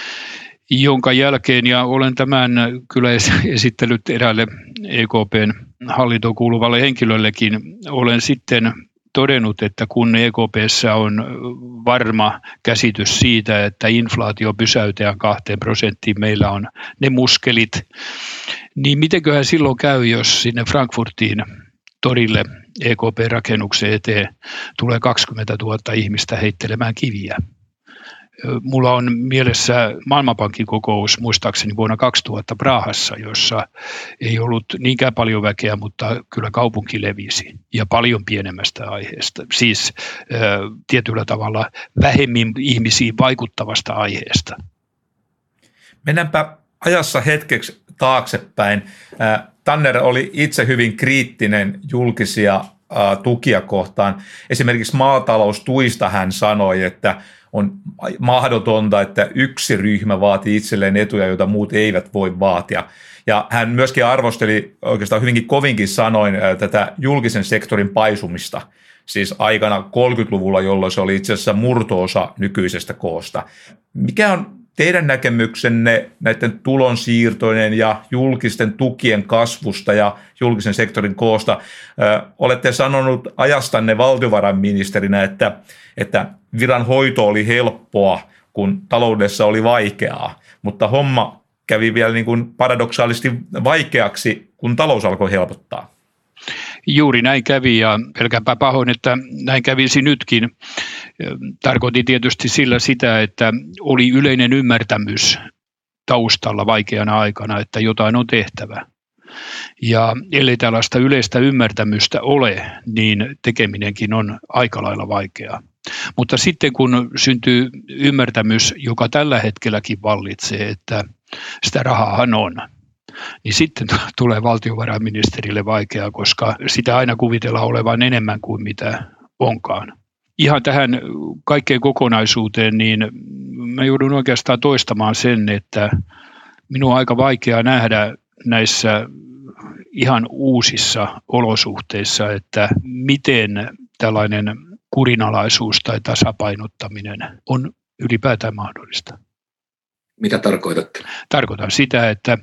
Jonka jälkeen, ja olen tämän kyllä esittänyt eräälle E K P:n hallintoon kuuluvalle henkilöllekin, olen sitten todennut, että kun E K P:ssä on varma käsitys siitä, että inflaatio pysäytetään kahteen prosenttiin, meillä on ne muskelit, niin mitenköhän silloin käy, jos sinne Frankfurtiin torille E K P-rakennuksen eteen tulee kaksikymmentätuhatta ihmistä heittelemään kiviä. Mulla on mielessä Maailmanpankin kokous muistaakseni vuonna kaksituhatta Prahassa, jossa ei ollut niinkään paljon väkeä, mutta kyllä kaupunki levisi ja paljon pienemmästä aiheesta. Siis äh, tietyllä tavalla vähemmin ihmisiin vaikuttavasta aiheesta. Mennäänpä ajassa hetkeksi taaksepäin. Äh, Tanner oli itse hyvin kriittinen julkisia äh, tukia kohtaan. Esimerkiksi maataloustuista hän sanoi, että on mahdotonta, että yksi ryhmä vaatii itselleen etuja, joita muut eivät voi vaatia. Ja hän myöskin arvosteli oikeastaan hyvinkin kovinkin sanoin tätä julkisen sektorin paisumista, siis aikana kolmekymmentäluvulla, jolloin se oli itse asiassa murto-osa nykyisestä koosta. Mikä on teidän näkemyksenne näiden tulonsiirtojen ja julkisten tukien kasvusta ja julkisen sektorin koosta? Ö, olette sanonut ajastanne valtiovarainministerinä, että, että viran hoito oli helppoa, kun taloudessa oli vaikeaa, mutta homma kävi vielä niin kuin paradoksaalisesti vaikeaksi, kun talous alkoi helpottaa. Juuri näin kävi, ja pelkäänpä pahoin, että näin kävisi nytkin. Tarkoitin tietysti sillä sitä, että oli yleinen ymmärtämys taustalla vaikeana aikana, että jotain on tehtävä. Ja ellei tällaista yleistä ymmärtämystä ole, niin tekeminenkin on aika lailla vaikeaa. Mutta sitten kun syntyy ymmärtämys, joka tällä hetkelläkin vallitsee, että sitä rahaahan on, niin sitten tulee valtiovarainministerille vaikeaa, koska sitä aina kuvitellaan olevan enemmän kuin mitä onkaan. Ihan tähän kaikkeen kokonaisuuteen, niin mä joudun oikeastaan toistamaan sen, että minun on aika vaikea nähdä näissä ihan uusissa olosuhteissa, että miten tällainen kurinalaisuus tai tasapainottaminen on ylipäätään mahdollista. Mitä tarkoitatte? Tarkoitan sitä, että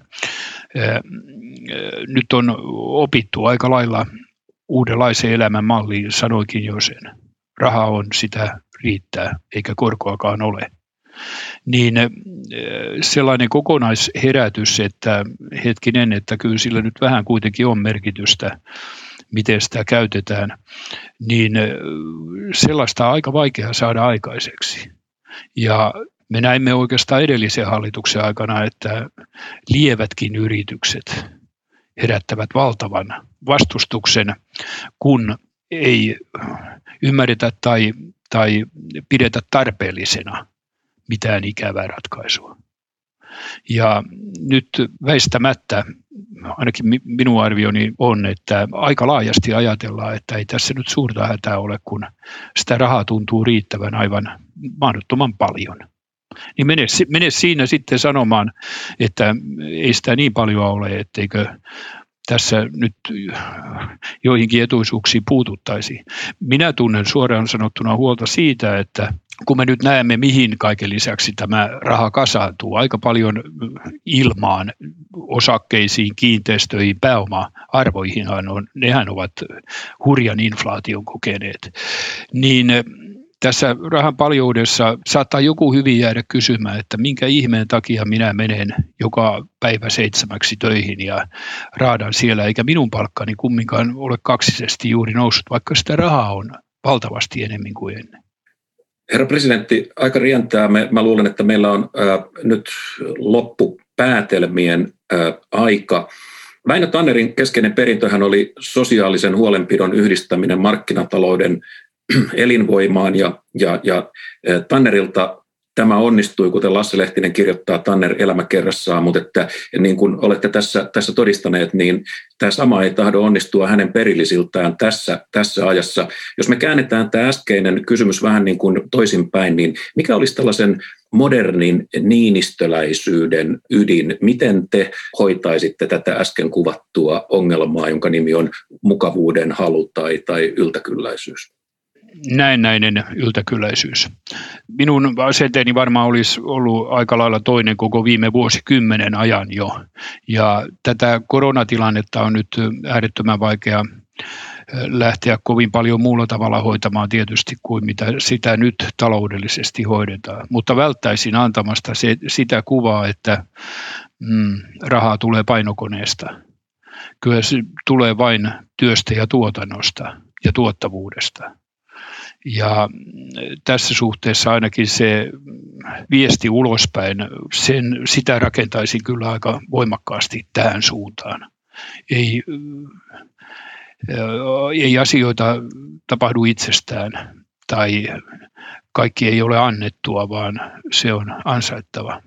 nyt on opittu aika lailla uudenlaiseen elämänmalliin, sanoikin jo sen. Raha on, sitä riittää, eikä korkoakaan ole. Niin sellainen kokonaisherätys, että hetkinen, että kyllä sillä nyt vähän kuitenkin on merkitystä, miten sitä käytetään, niin sellaista on aika vaikea saada aikaiseksi. Ja me näimme oikeastaan edellisen hallituksen aikana, että lievätkin yritykset herättävät valtavan vastustuksen, kun ei ymmärretä tai, tai pidetä tarpeellisena mitään ikävää ratkaisua. Ja nyt väistämättä, ainakin minun arvioni on, että aika laajasti ajatellaan, että ei tässä nyt suurta hätää ole, kun sitä rahaa tuntuu riittävän aivan mahdottoman paljon. Niin mene, mene siinä sitten sanomaan, että ei sitä niin paljon ole, etteikö tässä nyt joihinkin etuisuuksiin puututtaisiin. Minä tunnen suoraan sanottuna huolta siitä, että kun me nyt näemme, mihin kaiken lisäksi tämä raha kasaantuu, aika paljon ilmaan, osakkeisiin, kiinteistöihin, pääoma-arvoihinhan on, nehän ovat hurjan inflaation kokeneet, niin tässä rahan paljoudessa saattaa joku hyvin jäädä kysymään, että minkä ihmeen takia minä menen joka päivä seitsemäksi töihin ja raadan siellä, eikä minun palkkani kumminkaan ole kaksisesti juuri noussut, vaikka sitä rahaa on valtavasti enemmän kuin ennen. Herra presidentti, aika rientää. Me, mä luulen, että meillä on äh, nyt loppupäätelmien äh, aika. Väinö Tannerin keskeinen perintöhän oli sosiaalisen huolenpidon yhdistäminen markkinatalouden elinvoimaan ja, ja, ja Tannerilta tämä onnistui, kuten Lasse Lehtinen kirjoittaa Tanner elämäkerrassaan, mutta että, niin kuin olette tässä, tässä todistaneet, niin tämä sama ei tahdo onnistua hänen perillisiltään tässä, tässä ajassa. Jos me käännetään tämä äskeinen kysymys vähän niin kuin toisinpäin, niin mikä olisi tällaisen modernin niinistöläisyyden ydin? Miten te hoitaisitte tätä äsken kuvattua ongelmaa, jonka nimi on mukavuuden halu tai, tai yltäkylläisyys? Näennäinen yltäkylläisyys. Minun asenteeni varmaan olisi ollut aika lailla toinen koko viime vuosikymmenen ajan jo. Ja tätä koronatilannetta on nyt äärettömän vaikea lähteä kovin paljon muulla tavalla hoitamaan tietysti kuin mitä sitä nyt taloudellisesti hoidetaan. Mutta välttäisin antamasta se, sitä kuvaa, että mm, rahaa tulee painokoneesta. Kyllä se tulee vain työstä ja tuotannosta ja tuottavuudesta. Ja tässä suhteessa ainakin se viesti ulospäin, sen, sitä rakentaisin kyllä aika voimakkaasti tähän suuntaan. Ei, ei asioita tapahdu itsestään tai kaikki ei ole annettua, vaan se on ansaittava.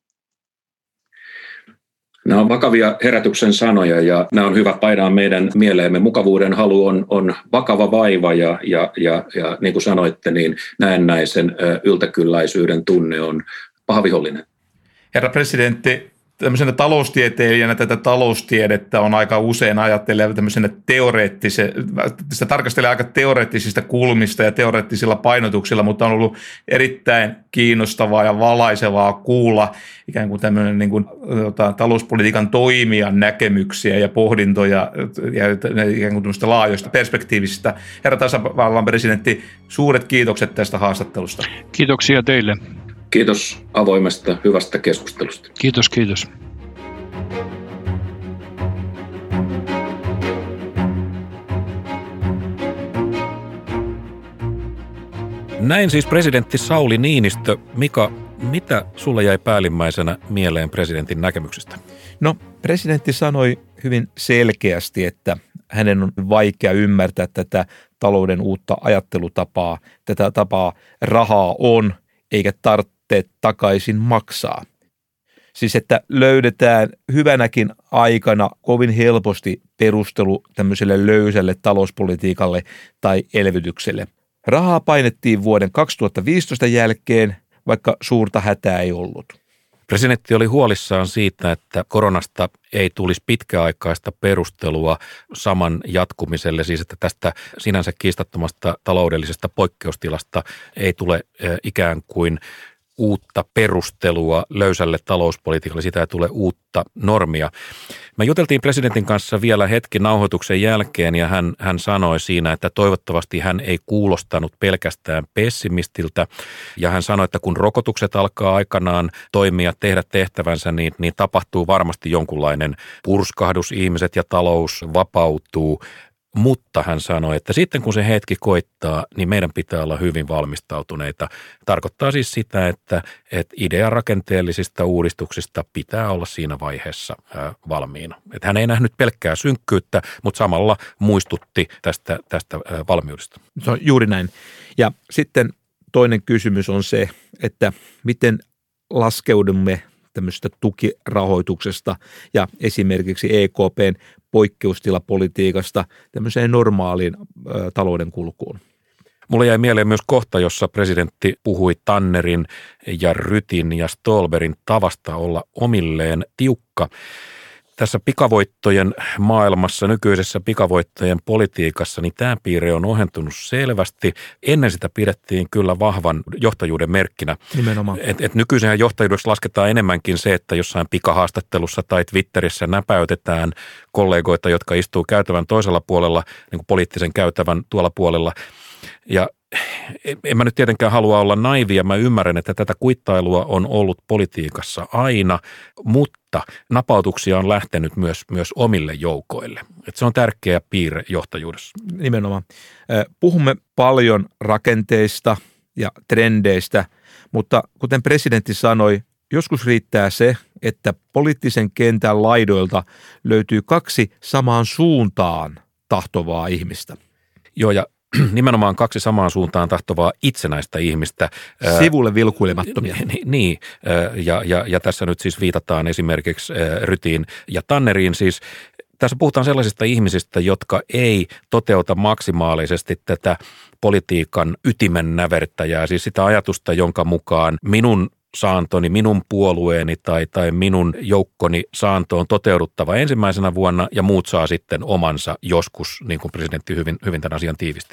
Nämä on vakavia herätyksen sanoja ja nämä on hyvä painaa meidän mieleemme. Mukavuuden halu on, on vakava vaiva ja, ja, ja, ja niin kuin sanoitte, niin näennäisen yltäkylläisyyden tunne on paha vihollinen. Herra presidentti, tämmöisenä taloustieteilijänä tätä taloustiedettä on aika usein ajattelee tämmöisenä teoreettisen, sitä tarkastelee aika teoreettisista kulmista ja teoreettisilla painotuksilla, mutta on ollut erittäin kiinnostavaa ja valaisevaa kuulla ikään kuin tämmöinen niin kuin, tota, talouspolitiikan toimijan näkemyksiä ja pohdintoja ja ikään kuin tämmöistä laajoista perspektiivisistä. Herra tasavallan presidentti, suuret kiitokset tästä haastattelusta. Kiitoksia teille. Kiitos avoimesta, hyvästä keskustelusta. Kiitos, kiitos. Näin siis presidentti Sauli Niinistö. Mika, mitä sulle jäi päällimmäisenä mieleen presidentin näkemyksistä? No, presidentti sanoi hyvin selkeästi, että hänen on vaikea ymmärtää tätä talouden uutta ajattelutapaa, tätä tapaa rahaa on, eikä tarvitse takaisin maksaa. Siis että löydetään hyvänäkin aikana kovin helposti perustelu tämmöiselle löysälle talouspolitiikalle tai elvytykselle. Rahaa painettiin vuoden kaksituhattaviisitoista jälkeen, vaikka suurta hätää ei ollut. Presidentti oli huolissaan siitä, että koronasta ei tulisi pitkäaikaista perustelua saman jatkumiselle, siis että tästä sinänsä kiistattomasta taloudellisesta poikkeustilasta ei tule ikään kuin uutta perustelua löysälle talouspolitiikalle, sitä ei tule uutta normia. Me juteltiin presidentin kanssa vielä hetki nauhoituksen jälkeen ja hän, hän sanoi siinä, että toivottavasti hän ei kuulostanut pelkästään pessimistiltä ja hän sanoi, että kun rokotukset alkaa aikanaan toimia, tehdä tehtävänsä, niin, niin tapahtuu varmasti jonkunlainen purskahdus, ihmiset ja talous vapautuu. Mutta hän sanoi, että sitten kun se hetki koittaa, niin meidän pitää olla hyvin valmistautuneita. Tarkoittaa siis sitä, että, että idea rakenteellisista uudistuksista pitää olla siinä vaiheessa ää, valmiina. Että hän ei nähnyt pelkkää synkkyyttä, mutta samalla muistutti tästä, tästä ää, valmiudesta. Se on juuri näin. Ja sitten toinen kysymys on se, että miten laskeudumme tämmöisestä tukirahoituksesta ja esimerkiksi E K P:n poikkeustilapolitiikasta tämmöiseen normaaliin ä, talouden kulkuun. Mulle jäi mieleen myös kohta, jossa presidentti puhui Tannerin ja Rytin ja Ståhlbergin tavasta olla omilleen tiukka. Tässä pikavoittojen maailmassa, nykyisessä pikavoittojen politiikassa, niin tämä piirre on ohentunut selvästi. Ennen sitä pidettiin kyllä vahvan johtajuuden merkkinä. Nimenomaan. Et, et nykyisenhän johtajuudeksi lasketaan enemmänkin se, että jossain pikahaastattelussa tai Twitterissä näpäytetään kollegoita, jotka istuu käytävän toisella puolella, niin kuin poliittisen käytävän tuolla puolella. Ja en mä nyt tietenkään halua olla naivia, mä ymmärrän, että tätä kuittailua on ollut politiikassa aina, mutta napautuksia on lähtenyt myös, myös omille joukoille. Että se on tärkeä piirre johtajuudessa. Nimenomaan. Puhumme paljon rakenteista ja trendeistä, mutta kuten presidentti sanoi, joskus riittää se, että poliittisen kentän laidoilta löytyy kaksi samaan suuntaan tahtovaa ihmistä. Joo, ja nimenomaan kaksi samaan suuntaan tahtovaa itsenäistä ihmistä. Sivulle vilkuilemattomia. Niin, ja, ja, ja tässä nyt siis viitataan esimerkiksi Rytiin ja Tanneriin siis. Tässä puhutaan sellaisista ihmisistä, jotka ei toteuta maksimaalisesti tätä politiikan ytimen nävertäjää, siis sitä ajatusta, jonka mukaan minun saantoni, minun puolueeni tai, tai minun joukkoni saanto on toteuduttava ensimmäisenä vuonna ja muut saa sitten omansa joskus, niin kuin presidentti hyvin, hyvin tämän asian tiivisti.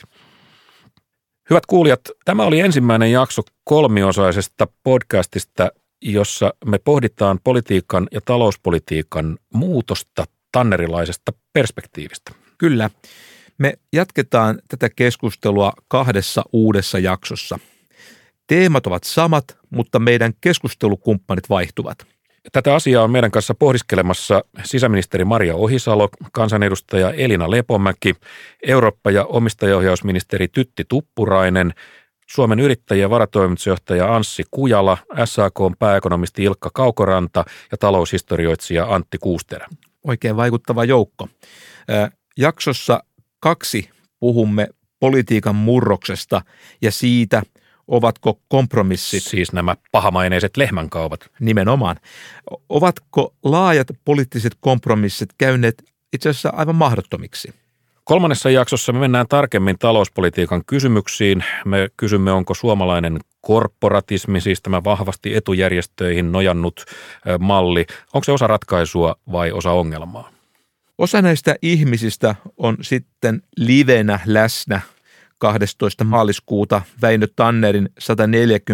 Hyvät kuulijat, tämä oli ensimmäinen jakso kolmiosaisesta podcastista, jossa me pohditaan politiikan ja talouspolitiikan muutosta tannerilaisesta perspektiivistä. Kyllä. Me jatketaan tätä keskustelua kahdessa uudessa jaksossa. Teemat ovat samat, mutta meidän keskustelukumppanit vaihtuvat. Tätä asiaa on meidän kanssa pohdiskelemassa sisäministeri Maria Ohisalo, kansanedustaja Elina Lepomäki, Eurooppa- ja omistajaohjausministeri Tytti Tuppurainen, Suomen yrittäjien varatoimitusjohtaja Anssi Kujala, S A K:n pääekonomisti Ilkka Kaukoranta ja taloushistorioitsija Antti Kuusterä. Oikein vaikuttava joukko. Jaksossa kaksi puhumme politiikan murroksesta ja siitä, ovatko kompromissit, siis nämä pahamaineiset lehmänkaupat, nimenomaan, ovatko laajat poliittiset kompromissit käyneet itse asiassa aivan mahdottomiksi? Kolmannessa jaksossa me mennään tarkemmin talouspolitiikan kysymyksiin. Me kysymme, onko suomalainen korporatismi, siis tämä vahvasti etujärjestöihin nojannut malli, onko se osa ratkaisua vai osa ongelmaa? Osa näistä ihmisistä on sitten livenä läsnä kahdestoista maaliskuuta Väinö Tannerin sata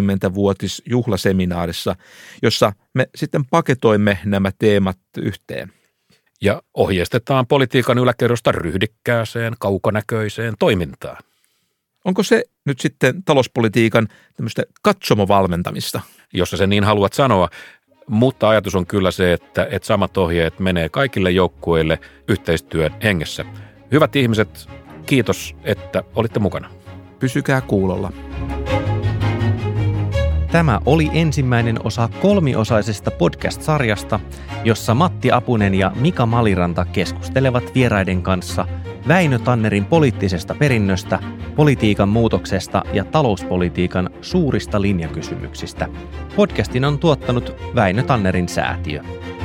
neljäkymmentävuotisjuhlaseminaarissa, jossa me sitten paketoimme nämä teemat yhteen. Ja ohjeistetaan politiikan yläkerrosta ryhdikkääseen, kaukonäköiseen toimintaan. Onko se nyt sitten talouspolitiikan tämmöistä katsomovalmentamista? Jos sä sen niin haluat sanoa, mutta ajatus on kyllä se, että, että samat ohjeet menee kaikille joukkueille yhteistyön hengessä. Hyvät ihmiset, kiitos, että olitte mukana. Pysykää kuulolla. Tämä oli ensimmäinen osa kolmiosaisesta podcast-sarjasta, jossa Matti Apunen ja Mika Maliranta keskustelevat vieraiden kanssa Väinö Tannerin poliittisesta perinnöstä, politiikan muutoksesta ja talouspolitiikan suurista linjakysymyksistä. Podcastin on tuottanut Väinö Tannerin säätiö.